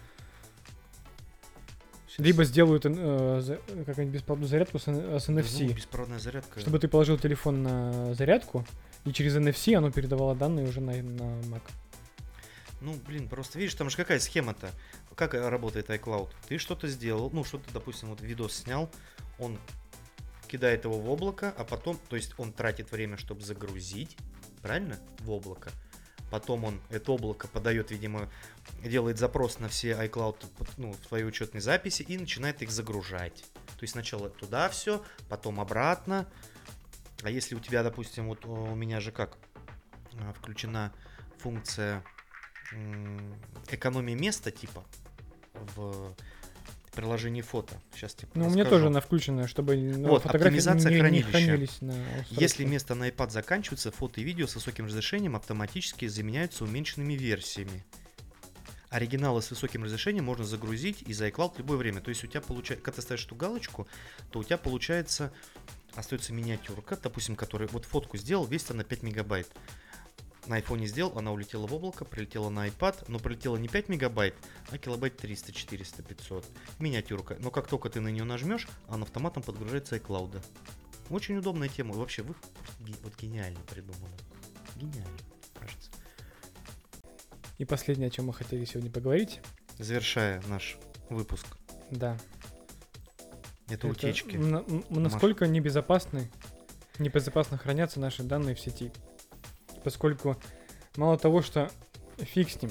Либо сделают какую-нибудь бесплатную зарядку с NFC, Беспроводная зарядка. чтобы ты положил телефон на зарядку, и через NFC оно передавало данные уже на Mac. Ну, блин, просто видишь, там же какая схема-то? Как работает iCloud? Ты что-то сделал, ну, что-то, допустим, вот видос снял, он кидает его в облако, а потом, то есть он тратит время, чтобы загрузить, правильно, в облако. Потом он это облако подает, видимо, делает запрос на все iCloud, ну, в твои учетные записи и начинает их загружать. То есть сначала туда все, потом обратно. А если у тебя, допустим, вот у меня же как включена функция экономии места, типа, в приложении фото. Сейчас тебе Ну, у меня расскажу. тоже она включена, чтобы Вот, фотографии оптимизация не хранилища. хранились на Если устройстве. место на iPad заканчивается, фото и видео с высоким разрешением автоматически заменяются уменьшенными версиями. Оригиналы с высоким разрешением можно загрузить из iCloud в любое время. То есть у тебя получается, когда ты ставишь эту галочку, то у тебя получается остается миниатюрка, допустим, которая вот фотку сделал, весит она 5 мегабайт. На айфоне сделал, она улетела в облако, прилетела на iPad, но прилетела не 5 мегабайт, а килобайт 300, 400, 500. Миниатюрка. Но как только ты на нее нажмешь, она автоматом подгружается iCloud. Очень удобная тема. И вообще, вы вот гениально придумано. Гениально, кажется. И последнее, о чем мы хотели сегодня поговорить, Завершая наш выпуск. да. Это утечки. Насколько небезопасны хранятся наши данные в сети. Поскольку мало того, что фиг с ним,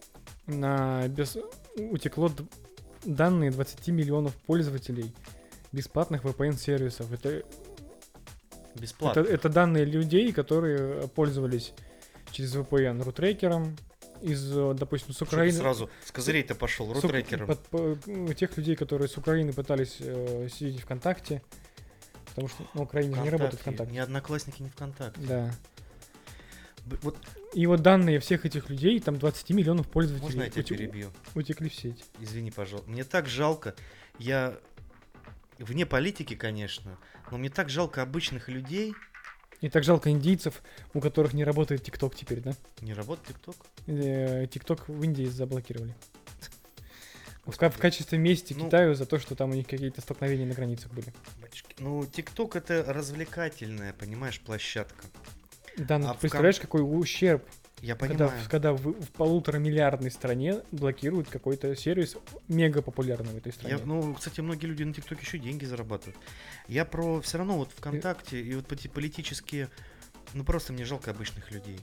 утекло данные 20 миллионов пользователей бесплатных VPN-сервисов. Бесплатно. Это данные людей, которые пользовались через VPN рутрекером из, допустим, с Что ты Украины. сразу с козырей-то пошел, рутрекером. Тех людей, которые с Украины пытались сидеть ВКонтакте, потому что на Украине же не работает ВКонтакте. Ни Одноклассники, ни ВКонтакте. Да. Вот И вот данные всех этих людей, там 20 миллионов пользователей, можно я тебя перебью? утекли в сеть. Извини, пожалуйста. Мне так жалко. Я вне политики, конечно, но мне так жалко обычных людей. И так жалко индийцев, у которых не работает ТикТок теперь, да? Не работает ТикТок? ТикТок в Индии заблокировали. В Господи. качестве мести Ну- Китаю за то, что там у них какие-то столкновения на границах были. Батюшки. Ну, ТикТок это развлекательная, понимаешь, площадка. Да, ну А ты в представляешь, какой ущерб, Я когда, понимаю. когда в полуторамиллиардной стране блокируют какой-то сервис мега популярный в этой стране. Ну, кстати, многие люди на ТикТоке еще деньги зарабатывают. Я про все равно вот ВКонтакте и вот эти политические, ну просто мне жалко обычных людей.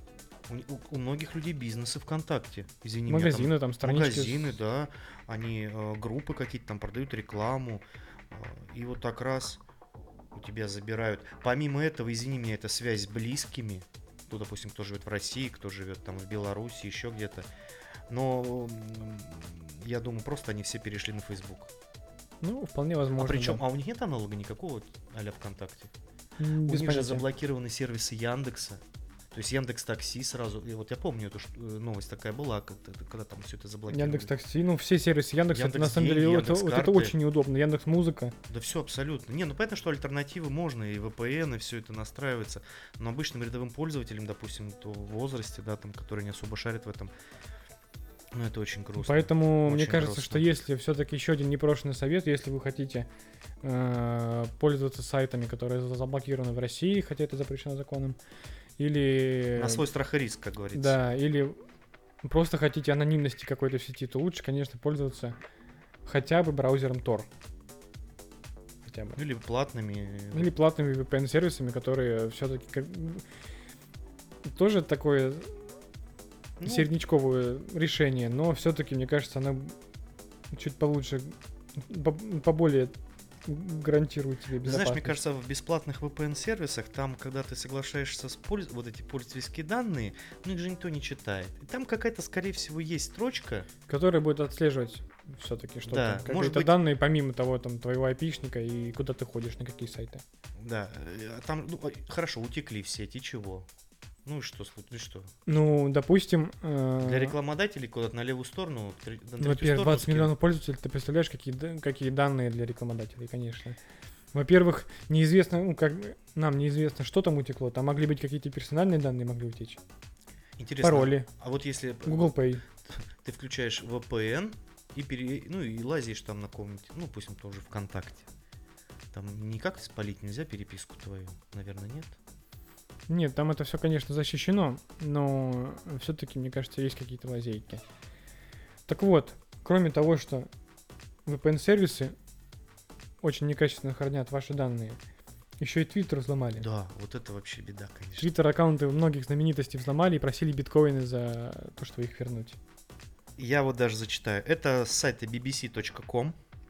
У многих людей бизнесы ВКонтакте. Извини меня, Магазины, там странички. магазины, да. Они группы какие-то там продают рекламу. И вот так раз у тебя забирают. Помимо этого, извини меня, это связь с близкими. Ну, допустим, кто живет в России, кто живет там в Беларуси, еще где-то. Но я думаю, просто они все перешли на Facebook. Ну, вполне возможно. А причем, да. а у них нет аналога никакого а-ля ВКонтакте? Без У них же понятия. заблокированы сервисы Яндекса. То есть Яндекс.Такси сразу. И вот я помню, эту новость такая была, когда там все это заблокировали. Яндекс.Такси, ну все сервисы Яндекса, это на самом Яндекс.Деньги, деле вот это Яндекс.Карты. очень неудобно. Яндекс.Музыка. Да все абсолютно. Не, ну понятно, что альтернативы можно, и VPN, и все это настраивается. Но обычным рядовым пользователям, допустим, то в возрасте, да, там, которые не особо шарят в этом, ну это очень грустно. Поэтому мне Очень кажется, грустно. что если все-таки еще один непрошенный совет, если вы хотите пользоваться сайтами, которые заблокированы в России, хотя это запрещено законом, или... На свой страх и риск, как говорится. Да, или просто хотите анонимности какой-то в сети, то лучше, конечно, пользоваться хотя бы браузером Tor. Хотя бы. Или платными. Или платными VPN-сервисами, которые все-таки тоже такое Ну, середнячковое решение, но все-таки, мне кажется, оно чуть получше, поболее гарантирует тебе безопасность. знаешь, мне кажется, в бесплатных VPN-сервисах, там, когда ты соглашаешься с вот эти пользовательские данные, ну их же никто не читает. И там какая-то, скорее всего, есть строчка. Которая будет отслеживать все-таки что-то. Да, Какие-то может быть- данные, помимо того, там, твоего айпишника и куда ты ходишь, на какие сайты. Да, там, ну, хорошо, утекли в сеть, и чего? Ну и что, ну и что? Ну, допустим... Для рекламодателей куда-то на левую сторону, на третью Во-первых, сторону 20 скинуть. миллионов пользователей, ты представляешь, какие данные для рекламодателей, конечно. Во-первых, неизвестно, ну, как нам неизвестно, что там утекло. Там могли быть какие-то персональные данные, могли утечь. Интересно, Пароли, а вот если Google Pay. ты включаешь VPN и ну и лазишь там на каком-нибудь, ну пусть он тоже ВКонтакте, там никак спалить нельзя переписку твою, наверное, нет? Нет, там это все, конечно, защищено, но все-таки, мне кажется, есть какие-то лазейки. Так вот, кроме того, что VPN-сервисы очень некачественно хранят ваши данные, еще и Twitter взломали. Да, вот это вообще беда, конечно. Твиттер-аккаунты многих знаменитостей взломали и просили биткоины за то, чтобы их вернуть. Я вот даже зачитаю. Это с сайта bbc.com.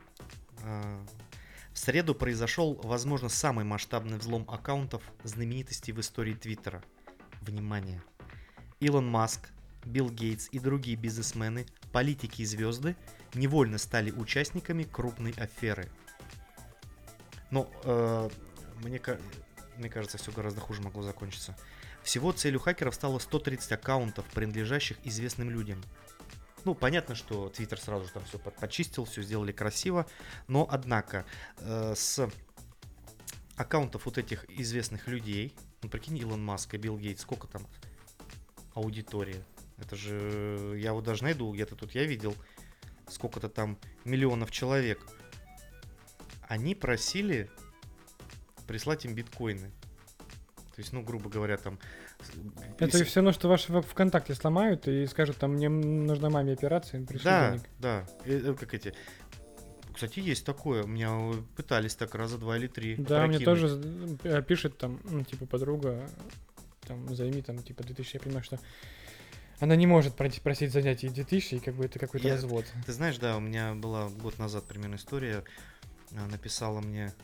В среду произошел, возможно, самый масштабный взлом аккаунтов знаменитостей в истории Твиттера. Внимание! Илон Маск, Билл Гейтс и другие бизнесмены, политики и звезды невольно стали участниками крупной аферы. Но мне кажется, все гораздо хуже могло закончиться. Всего целью хакеров стало 130 аккаунтов, принадлежащих известным людям. Ну, понятно, что Твиттер сразу же там все почистил, все сделали красиво, но, однако, с аккаунтов вот этих известных людей, ну, прикинь, Илон Маск и Билл Гейтс, сколько там аудитория? Это же, я вот даже найду, где-то тут я видел, сколько-то там миллионов человек. Они просили прислать им биткоины. То есть, ну, грубо говоря, там... Это все равно, что ваши ВКонтакте сломают и скажут, там, мне нужна маме операция, пришли денег. Да, как эти... Кстати, есть такое. У меня пытались так раза 2 или 3. Да, мне тоже пишет там, ну, типа, подруга, там, займи, там, типа, 2000, я понимаю, что она не может просить занять ей 2000, и как бы это какой-то развод. Ты знаешь, да, у меня была год назад примерно история, написал,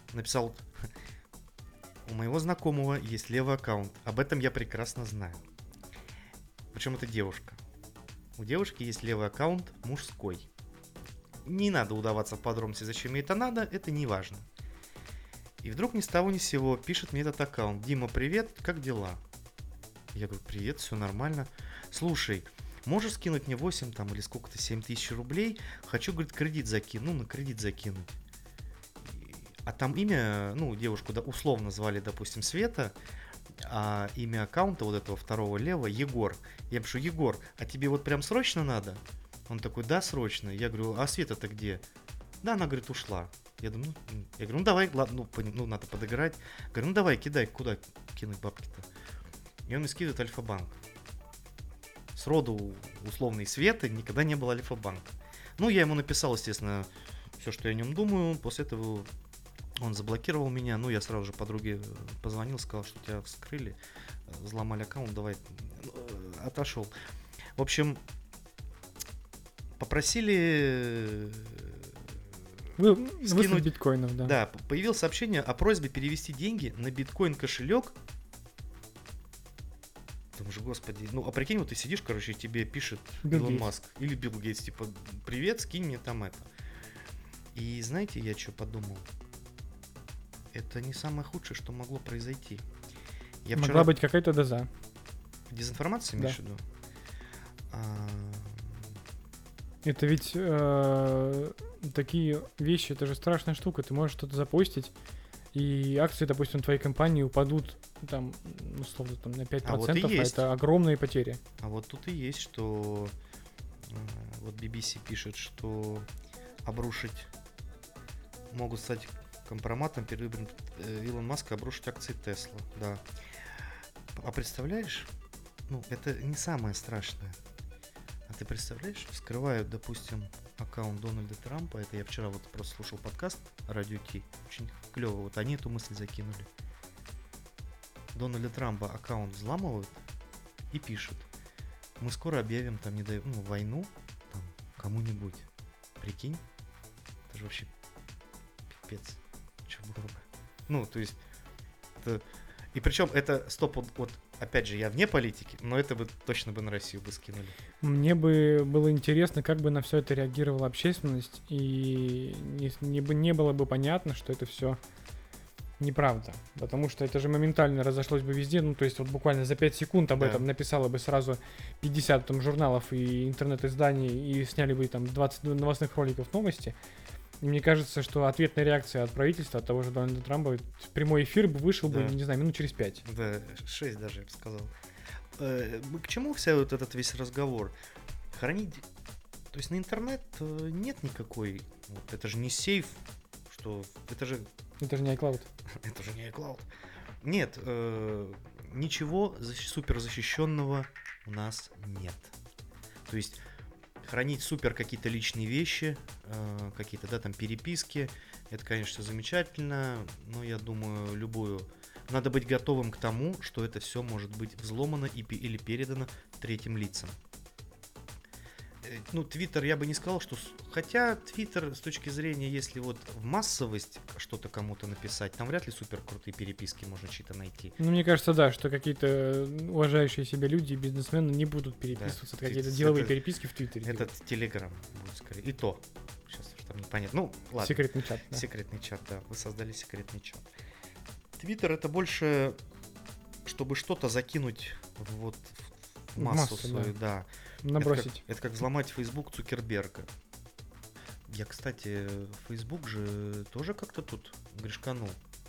у моего знакомого есть левый аккаунт, об этом я прекрасно знаю. Причем это девушка. У девушки есть левый аккаунт мужской. Не надо удаваться в подробности, зачем ей это надо, это не важно. И вдруг ни с того ни с сего пишет мне этот аккаунт: Дима, привет, как дела? Я говорю: привет, все нормально. Слушай, можешь скинуть мне 8 там или сколько-то, 7 тысяч рублей? Хочу, говорит, кредит закинуть. Ну, на кредит закинуть. А там имя, ну, девушку условно звали, допустим, Света, а имя аккаунта вот этого второго левого Егор. Я пишу: Егор, а тебе вот прям срочно надо? Он такой: да, срочно. Я говорю: а Света-то где? Да, она, говорит, ушла. Я думаю, я говорю, ну давай, ладно, ну надо подыграть. Говорю, ну давай, кидай, куда кинуть бабки-то? И он мне скидывает Альфа-банк. Сроду условной Светы никогда не было Альфа-банка. Ну, я ему написал, естественно, все, что я о нем думаю. После этого он заблокировал меня. Ну, я сразу же подруге позвонил, сказал, что тебя вскрыли. взломали аккаунт, давай, отошел. В общем, попросили Выслать скинуть биткоинов, да. Да, появилось сообщение о просьбе перевести деньги на биткоин кошелек. Думаешь, господи, ну а прикинь, вот ты сидишь, короче, тебе пишет Билл Илон Гейтс. Маск или Билл Гейтс, типа, привет, скинь мне там это. И знаете, я что подумал? Это не самое худшее, что могло произойти. Я Могла вчера... быть какая-то доза. Дезинформация, имеешь в виду? Это ведь такие вещи, это же страшная штука. Ты можешь что-то запостить, и акции, допустим, твоей компании упадут там, условно, там, на 5%, вот и есть. это огромные потери. А вот тут и есть, что вот BBC пишет, что обрушить могут стать компроматом перед выбором Илон Маска обрушить акции Тесла, да. А представляешь, ну это не самое страшное. А ты представляешь, вскрывают, допустим, аккаунт Дональда Трампа, это я вчера вот просто слушал подкаст Радио Ти, очень клево, вот они эту мысль закинули. Дональда Трампа аккаунт взламывают и пишут: мы скоро объявим там войну там, кому-нибудь. Прикинь? Это же вообще пипец. Что было бы? Ну, то есть это... И причем это вот опять же, я вне политики, но это бы точно бы на Россию бы скинули. Мне бы было интересно, как бы на все это реагировала общественность, и не было бы понятно, что это все неправда. Потому что это же моментально разошлось бы везде. Ну, то есть вот буквально за 5 секунд об Да. этом написало бы сразу 50 там журналов и интернет-изданий, и сняли бы там 20 новостных роликов новости. И мне кажется, что ответная реакция от правительства, от того же Дональда Трампа, в прямой эфир бы вышел бы, Да. не знаю, минут через 5. Да, 6 даже, я бы сказал. К чему вся вот этот весь разговор? Хранить... То есть на интернет нет никакой... Вот, это же не сейф, что... Это же Это же не iCloud. Это же не iCloud. Нет, ничего супер защищенного у нас нет. То есть хранить супер какие-то личные вещи, какие-то, да, там переписки, это, конечно, все замечательно, но я думаю, любую... Надо быть готовым к тому, что это все может быть взломано или передано третьим лицам. Ну, Твиттер я бы не сказал, что... Хотя Твиттер, с точки зрения, если вот в массовость что-то кому-то написать, там вряд ли супер крутые переписки можно чьи-то найти. Ну, мне кажется, да, что какие-то уважающие себя люди и бизнесмены не будут переписываться, Да. какие-то Это- деловые переписки в Твиттере. Этот Телеграм будет скорее. И то. Сейчас уж там непонятно. Ну, ладно. Секретный чат. Да. Секретный чат, да. Вы создали секретный чат. Твиттер это больше, чтобы что-то закинуть вот в В массу массу, свою, да. Набросить. Это как взломать Facebook Цукерберга. Я, кстати, Facebook же тоже как-то тут грешканул.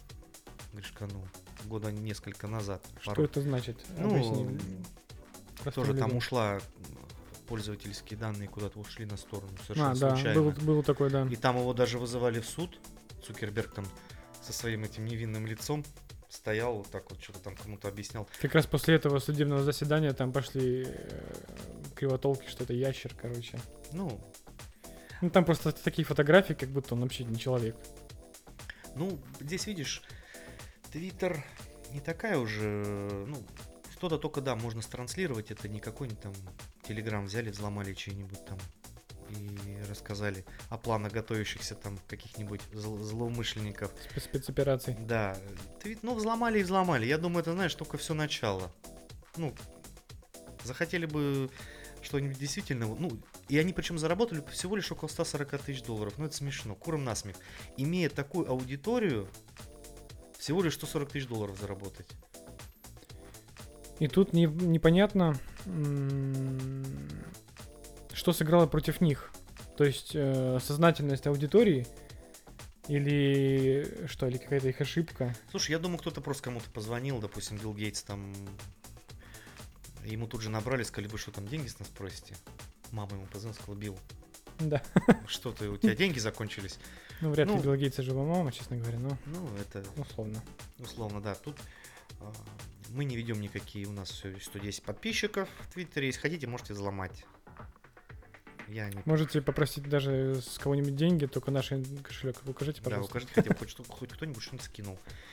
Года несколько назад. Что это значит? Ну, Объясни простым тоже там людям. ушла пользовательские данные куда-то ушли на сторону совершенно Да, случайно. было такое, да. И там его даже вызывали в суд. Цукерберг там со своим этим невинным лицом стоял вот так вот, что-то там кому-то объяснял. Как раз после этого судебного заседания там пошли кривотолки, что это ящер, короче. Ну, Там просто такие фотографии, как будто он вообще не человек. здесь видишь, Твиттер не такая уже, что-то только, да, можно странслировать, это не какой-нибудь там Телеграм взяли, взломали чей-нибудь там и рассказали о планах готовящихся там каких-нибудь злоумышленников. Спецопераций. Да, взломали и взломали. Я думаю, это, знаешь, только все начало. Захотели бы что-нибудь действительно... и они причем заработали всего лишь около $140 тысяч. Это смешно. Курам насмех. Имея такую аудиторию, всего лишь $140 тысяч заработать. И тут непонятно, что сыграло против них. То есть сознательность аудитории или что, или какая-то их ошибка. Слушай, я думаю, кто-то просто кому-то позвонил, допустим, Билл Гейтс там... Ему тут же набрали, сказали, вы что там, деньги с нас просите? Мама ему позвонила, сказала: Билл, Да. что ты, у тебя деньги закончились? Вряд ли Билл Гейтса жива мама, честно говоря, но Это... условно. Да. Тут мы не ведем никакие, у нас все 110 подписчиков в Твиттере. Если хотите, можете взломать. Я не... Можете попросить даже с кого-нибудь деньги, только наш кошелек укажите, Да, пожалуйста. укажите хотя бы хоть кто-нибудь что-нибудь скинул.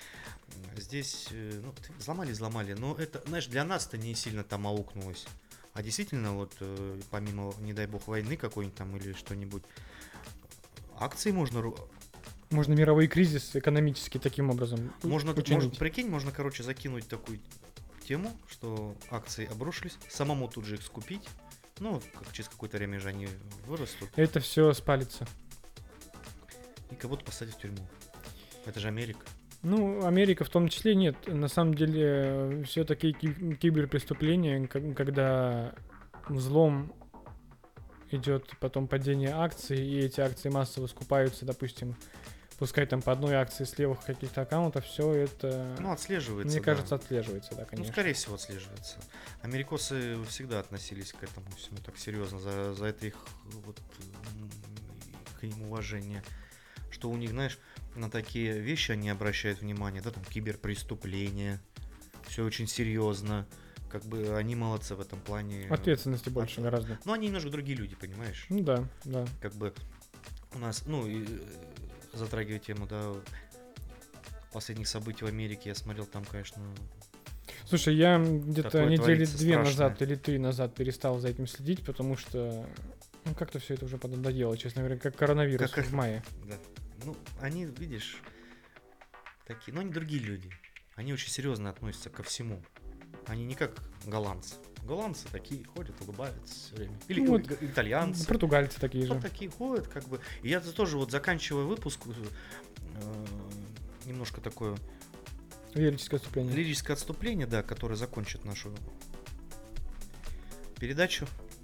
Здесь, ну, взломали, но это, знаешь, для нас-то не сильно там аукнулось. А действительно, вот, помимо, не дай бог, войны какой-нибудь там или что-нибудь, акции можно... Можно мировой кризис экономический таким образом учинить. Прикинь, можно, короче, закинуть такую тему, что акции обрушились, самому тут же их скупить, ну, через какое-то время же они вырастут. Это все спалится. И кого-то посадят в тюрьму. Это же Америка. Ну, Америка в том числе нет. На самом деле, все такие киберпреступления, когда взлом идет, потом падение акций, и эти акции массово скупаются, допустим, пускай там по одной акции с левых каких-то аккаунтов, все это... Ну, отслеживается, мне кажется, отслеживается, да, конечно. Ну, скорее всего, отслеживается. Америкосы всегда относились к этому всему так серьезно. За это их вот, к ним уважение. Что у них, знаешь, на такие вещи они обращают внимание, да, там киберпреступления. Все очень серьезно. Как бы они молодцы в этом плане. Ответственности больше гораздо. Ну, они немножко другие люди, понимаешь? Ну да, да. Как бы у нас, ну, и затрагивая тему, да, последних событий в Америке, я смотрел там, конечно... Слушай, я где-то недели 2 страшное. назад или 3 назад перестал за этим следить, потому что ну, как-то все это уже надоело, честно говоря, как коронавирус в мае. Да. Ну, они, видишь, такие, но они другие люди. Они очень серьезно относятся ко всему. Они не как голландцы. Голландцы такие ходят, улыбаются все время. Или ну, вот итальянцы. Португальцы такие же. Вот такие ходят, как бы. И я тоже вот заканчивая выпуск, немножко такое... Лирическое отступление. Лирическое отступление, да, которое закончит нашу передачу.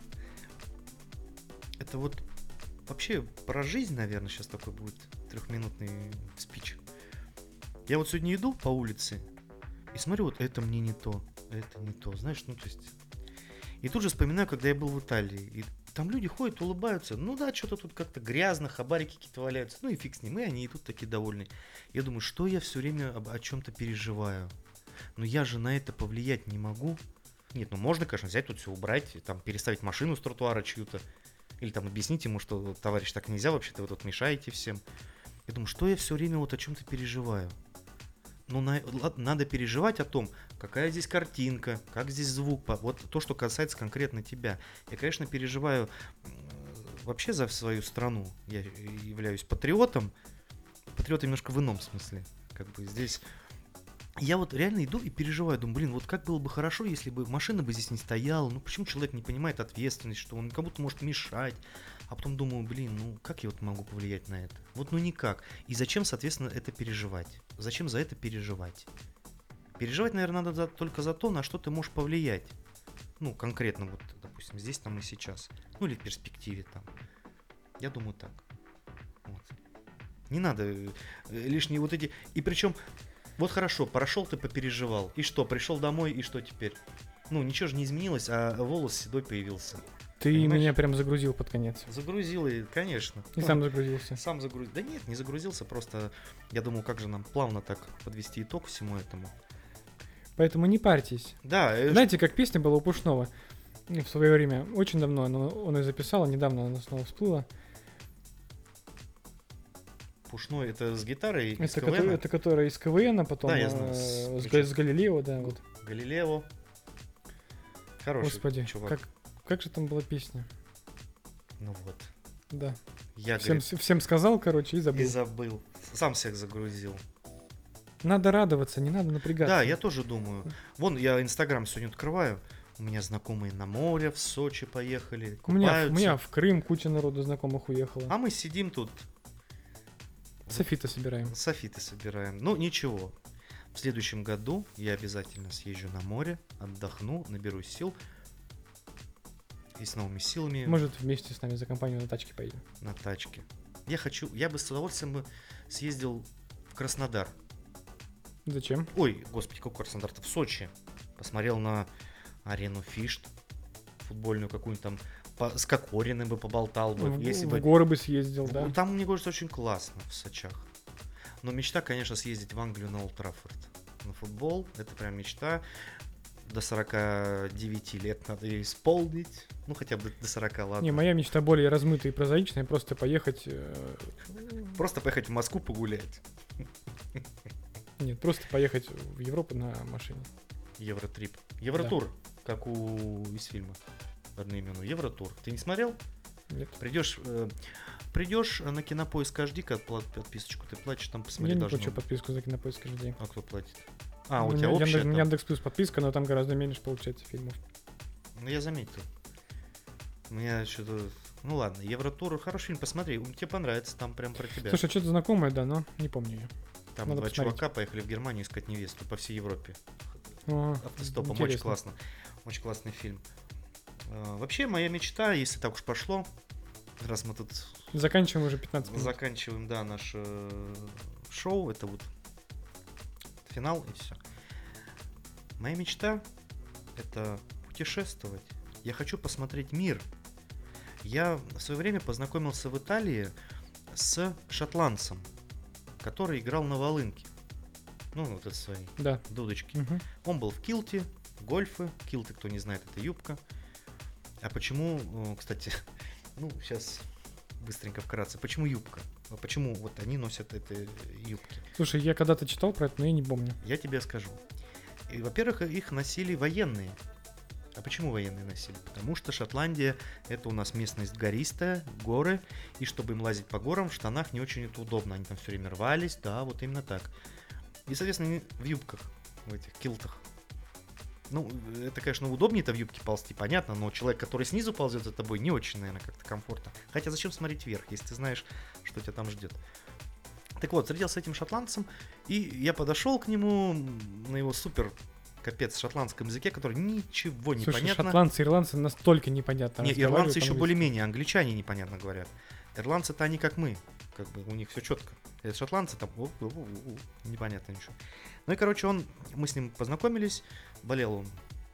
Это вот вообще про жизнь, наверное, сейчас такой будет 3-минутный спич. Я вот сегодня иду по улице и смотрю, вот это мне не то, это не то, знаешь, ну то есть... И тут же вспоминаю, когда я был в Италии, и там люди ходят, улыбаются, ну да, что-то тут как-то грязно, хабарики какие-то валяются, ну и фиг с ним, и они идут такие довольные. Я думаю, что я все время о чем-то переживаю, но я же на это повлиять не могу. Нет, ну можно, конечно, взять тут все убрать, там переставить машину с тротуара чью-то, или там объяснить ему, что, товарищ, так нельзя, вообще-то вы тут мешаете всем. Я думаю, что я все время вот о чем-то переживаю. Ну, надо переживать о том, какая здесь картинка, как здесь звук, вот то, что касается конкретно тебя. Я, конечно, переживаю вообще за свою страну. Я являюсь патриотом. Патриотом немножко в ином смысле. Как бы здесь... Я вот реально иду и переживаю, думаю, блин, вот как было бы хорошо, если бы машина бы здесь не стояла, ну почему человек не понимает ответственность, что он кому-то может мешать, а потом думаю, блин, ну как я вот могу повлиять на это? Вот ну никак. И зачем, соответственно, это переживать? Зачем за это переживать? Переживать, наверное, надо только за то, на что ты можешь повлиять. Ну, конкретно, вот, допустим, здесь, там и сейчас. Ну, или в перспективе там. Я думаю так. Вот. Не надо лишние вот эти... И причем... Вот хорошо, прошел ты, попереживал. И что, пришел домой, и что теперь? Ну, ничего же не изменилось, а волос седой появился. Ты понимаешь? Меня прям загрузил под конец. Загрузил, и, конечно. И сам загрузился. Сам загрузил. Да нет, не загрузился, просто я думал, как же нам плавно так подвести итог всему этому. Поэтому не парьтесь. Да. Знаете, как песня была у Пушного в свое время? Очень давно он ее записал, недавно она снова всплыла. Пушной, это с гитарой из КВН? Это которая из КВН, потом да, я знаю, с Галилео, да. Вот. Галилео. Хороший Господи, чувак. Как же там была песня? Ну вот. Да. Я всем сказал, короче, и забыл. И забыл. Сам всех загрузил. Надо радоваться, не надо напрягаться. Да, я тоже думаю. Вон, я Инстаграм сегодня открываю. У меня знакомые на море, в Сочи поехали, купаются. У меня в Крым куча народу знакомых уехала. А мы сидим тут. Софиты собираем. Софиты собираем. Ну, ничего. В следующем году я обязательно съезжу на море, отдохну, наберусь сил. И с новыми силами. Может, вместе с нами за компанию на тачке поедем. На тачке. Я бы с удовольствием съездил в Краснодар. Зачем? Ой, господи, какой Краснодар-то? В Сочи. Посмотрел на арену Фишт. Футбольную какую-нибудь там. С Кокориным бы поболтал бы. В горы бы съездил, да. Там, мне кажется, очень классно в Сочах. Но мечта, конечно, съездить в Англию на Олд Траффорд. На футбол. Это прям мечта. До 49 лет надо ее исполнить. Ну, хотя бы до 40, ладно. Не, моя мечта более размытая и прозаичная. Просто поехать... Просто поехать в Москву погулять. Нет, просто поехать в Европу на машине. Евротрип. Евротур, как из фильма одноименного. Евротур. Ты не смотрел? Нет. Придешь на Кинопоиск HD, подписочку ты платишь, там посмотри. Я не плачу подписку за Кинопоиск HD. А кто платит? У Ну, тебя общая там? Яндекс Плюс подписка, но там гораздо меньше получается фильмов. Ну, я заметил. У меня что-то... Ну ладно, Евротур, хороший фильм, посмотри, тебе понравится, там прям про тебя. Слушай, что-то знакомое, да, но не помню ее. Там надо два посмотреть. чувака поехали в Германию искать невесту по всей Европе. О, Автостопом, очень интересно. классно. Очень классный фильм. Вообще, моя мечта, если так уж пошло, раз мы тут Заканчиваем уже 15 минут. заканчиваем, да, наше шоу, это вот финал и все. Моя мечта — это путешествовать. Я хочу посмотреть мир. Я в свое время познакомился в Италии с шотландцем, который играл на волынке. Ну, вот это свои Да. дудочки. Мгм. Он был в килте, гольфы. Килты, кто не знает, это юбка. А почему, кстати, ну, сейчас быстренько вкратце. Почему юбка? Почему вот они носят эти юбки? Слушай, я когда-то читал про это, но я не помню. Я тебе скажу. И, во-первых, их носили военные. А почему военные носили? Потому что Шотландия — это у нас местность гористая, горы, и чтобы им лазить по горам, в штанах не очень это удобно. Они там все время рвались, да, вот именно так. И, соответственно, они в юбках, в этих килтах. Ну, это, конечно, удобнее-то в юбке ползти, понятно, но человек, который снизу ползет за тобой, не очень, наверное, как-то комфортно. Хотя зачем смотреть вверх, если ты знаешь, что тебя там ждет? Так вот, встретился с этим шотландцем, и я подошел к нему на его супер, капец, шотландском языке, который ничего не Слушай, понятно. шотландцы, ирландцы настолько непонятно Не, разговаривают ирландцы еще по-английски. более-менее, англичане непонятно говорят. Ирландцы-то они как мы, как бы у них все четко. Это шотландцы там непонятно ничего. Ну и, короче, мы с ним познакомились, болел он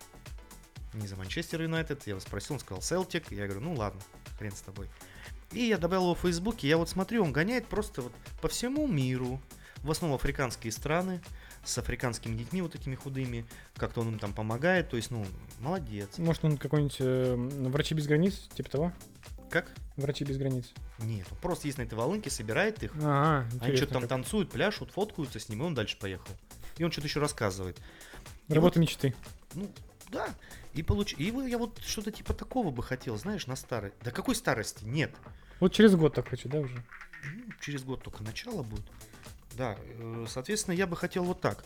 не за Манчестер Юнайтед, я его спросил, он сказал Селтик, я говорю, ну ладно, хрен с тобой. И я добавил его в Фейсбуке, я вот смотрю, он гоняет просто вот по всему миру, в основном африканские страны, с африканскими детьми вот такими худыми, как-то он им там помогает, то есть, ну, молодец. Может, он какой-нибудь «Врачи без границ», типа того? Как? «Врачи без границ». Нет, он просто есть на этой волынке, собирает их, Ага, они интересно что-то там как. танцуют, пляшут, фоткаются с ним, и он дальше поехал. И он что-то еще рассказывает. И Работа вот, мечты. ну, да. И я вот что-то типа такого бы хотел, знаешь, на старой. Да какой старости? Нет. Вот через год так хочу, да, уже? Ну, через год только начало будет. Да, соответственно, я бы хотел вот так.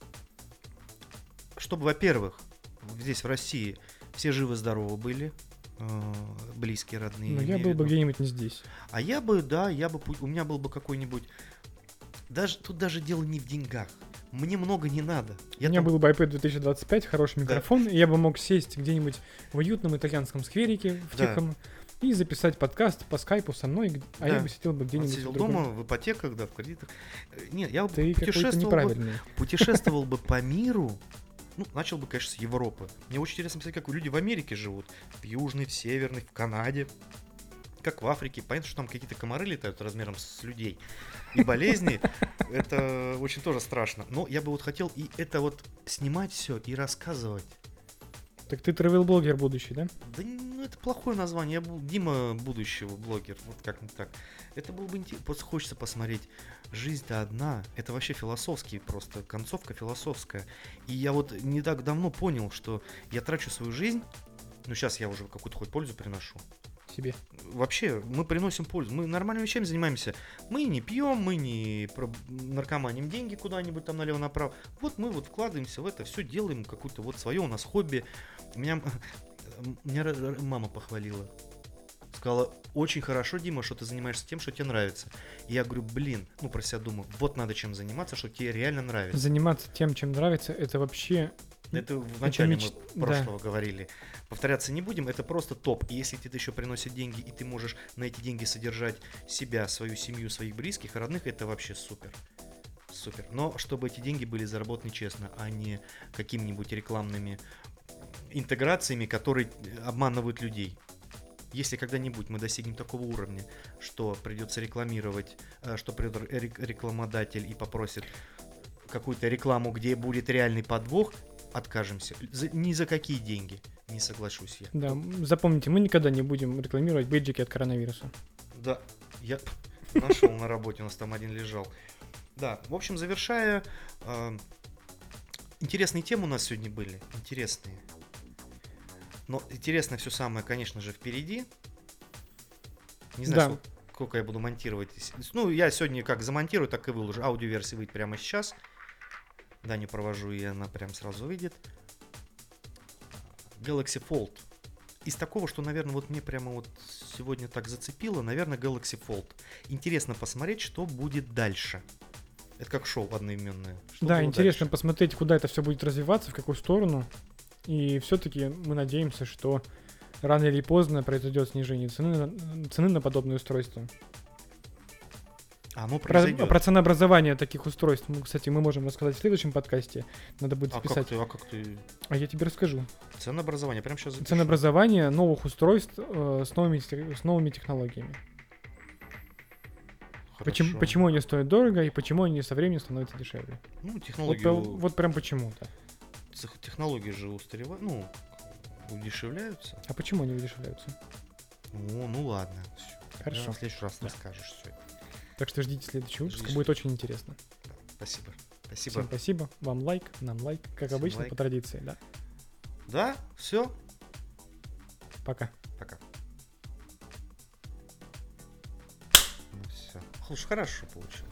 Чтобы, во-первых, здесь в России все живы-здоровы были, близкие, родные. Ну, я имею в был бы виду. где-нибудь не здесь. А я бы, да, у меня был бы какой-нибудь... Тут даже дело не в деньгах. Мне много не надо. У меня был бы iPad 2025, хороший микрофон, и я бы мог сесть где-нибудь в уютном итальянском скверике, в Да. тихом, и записать подкаст по скайпу со мной, а я Да. бы сидел бы Он где-нибудь сидел в другом. дома, в ипотеках, да, в кредитах. Нет, я бы Ты какой-то неправильный. путешествовал бы по миру. Ну, начал бы, конечно, с Европы. Мне очень интересно посмотреть, как люди в Америке живут. В Южной, в Северной, в Канаде. Как в Африке. Понятно, что там какие-то комары летают размером с людей. И болезни. Это очень тоже страшно. Но я бы вот хотел и это вот снимать все и рассказывать. Так ты travel-блогер будущий, да? Да ну, это плохое название. Я был Дима будущего блогер. Вот как-нибудь так. Это было бы интересно. Просто хочется посмотреть. Жизнь-то одна. Это вообще философский просто. Концовка философская. И я вот не так давно понял, что я трачу свою жизнь. Ну, сейчас я уже какую-то хоть пользу приношу. Себе. Вообще, мы приносим пользу. Мы нормальными вещами занимаемся. Мы не пьем, мы не наркоманим деньги куда-нибудь там налево-направо. Вот мы вот вкладываемся в это, все делаем какое-то вот свое у нас хобби. Меня мама похвалила. Сказала, очень хорошо, Дима, что ты занимаешься тем, что тебе нравится. И я говорю, блин, ну про себя думаю, вот надо чем заниматься, что тебе реально нравится. Заниматься тем, чем нравится, это вообще... Это в начале меч- мы прошлого говорили. Повторяться не будем, это просто топ. И если тебе это еще приносит деньги, и ты можешь на эти деньги содержать себя, свою семью, своих близких, родных, это вообще супер. Супер. Но чтобы эти деньги были заработаны честно, а не какими-нибудь рекламными интеграциями, которые обманывают людей. Если когда-нибудь мы достигнем такого уровня, что придется рекламировать, что придет рекламодатель и попросит какую-то рекламу, где будет реальный подвох, откажемся. Ни за какие деньги не соглашусь я. Да, запомните, мы никогда не будем рекламировать бейджики от коронавируса. Да, я нашел на работе, у нас там один лежал. Да, в общем, завершая, интересные темы у нас сегодня были, интересные. Но интересно все самое, конечно же, впереди. Не знаю, Да. сколько я буду монтировать. Ну, я сегодня как замонтирую, так и выложу. Аудиоверсия выйдет прямо сейчас. Да, не провожу, и она прям сразу выйдет. Galaxy Fold. Из такого, что, наверное, вот мне прямо вот сегодня так зацепило, наверное, Galaxy Fold. Интересно посмотреть, что будет дальше. Это как шоу одноименное. Что Да, было интересно дальше? посмотреть, куда это все будет развиваться, в какую сторону. И все-таки мы надеемся, что рано или поздно произойдет снижение цены на подобные устройства. Оно Про произойдет. ценообразование таких устройств, кстати, мы можем рассказать в следующем подкасте. Надо будет записать. Как ты? А я тебе расскажу. Ценообразование, прямо сейчас запишу. Ценообразование новых устройств с новыми технологиями. Хорошо. Почему они стоят дорого и почему они со временем становятся дешевле. Ну, технологию... Вот прям почему-то. Технологии же устаревают, ну, удешевляются. А почему они удешевляются? Ну ладно. Всё. Хорошо. В следующий раз Да. расскажешь все. Так что ждите следующий выпуск, Жди. будет очень интересно. Спасибо. Всем Спасибо. спасибо. Вам лайк, нам лайк, как Всем обычно, лайк. по традиции, да. Да, все. Пока. Пока. Ну все. Хорошо получилось.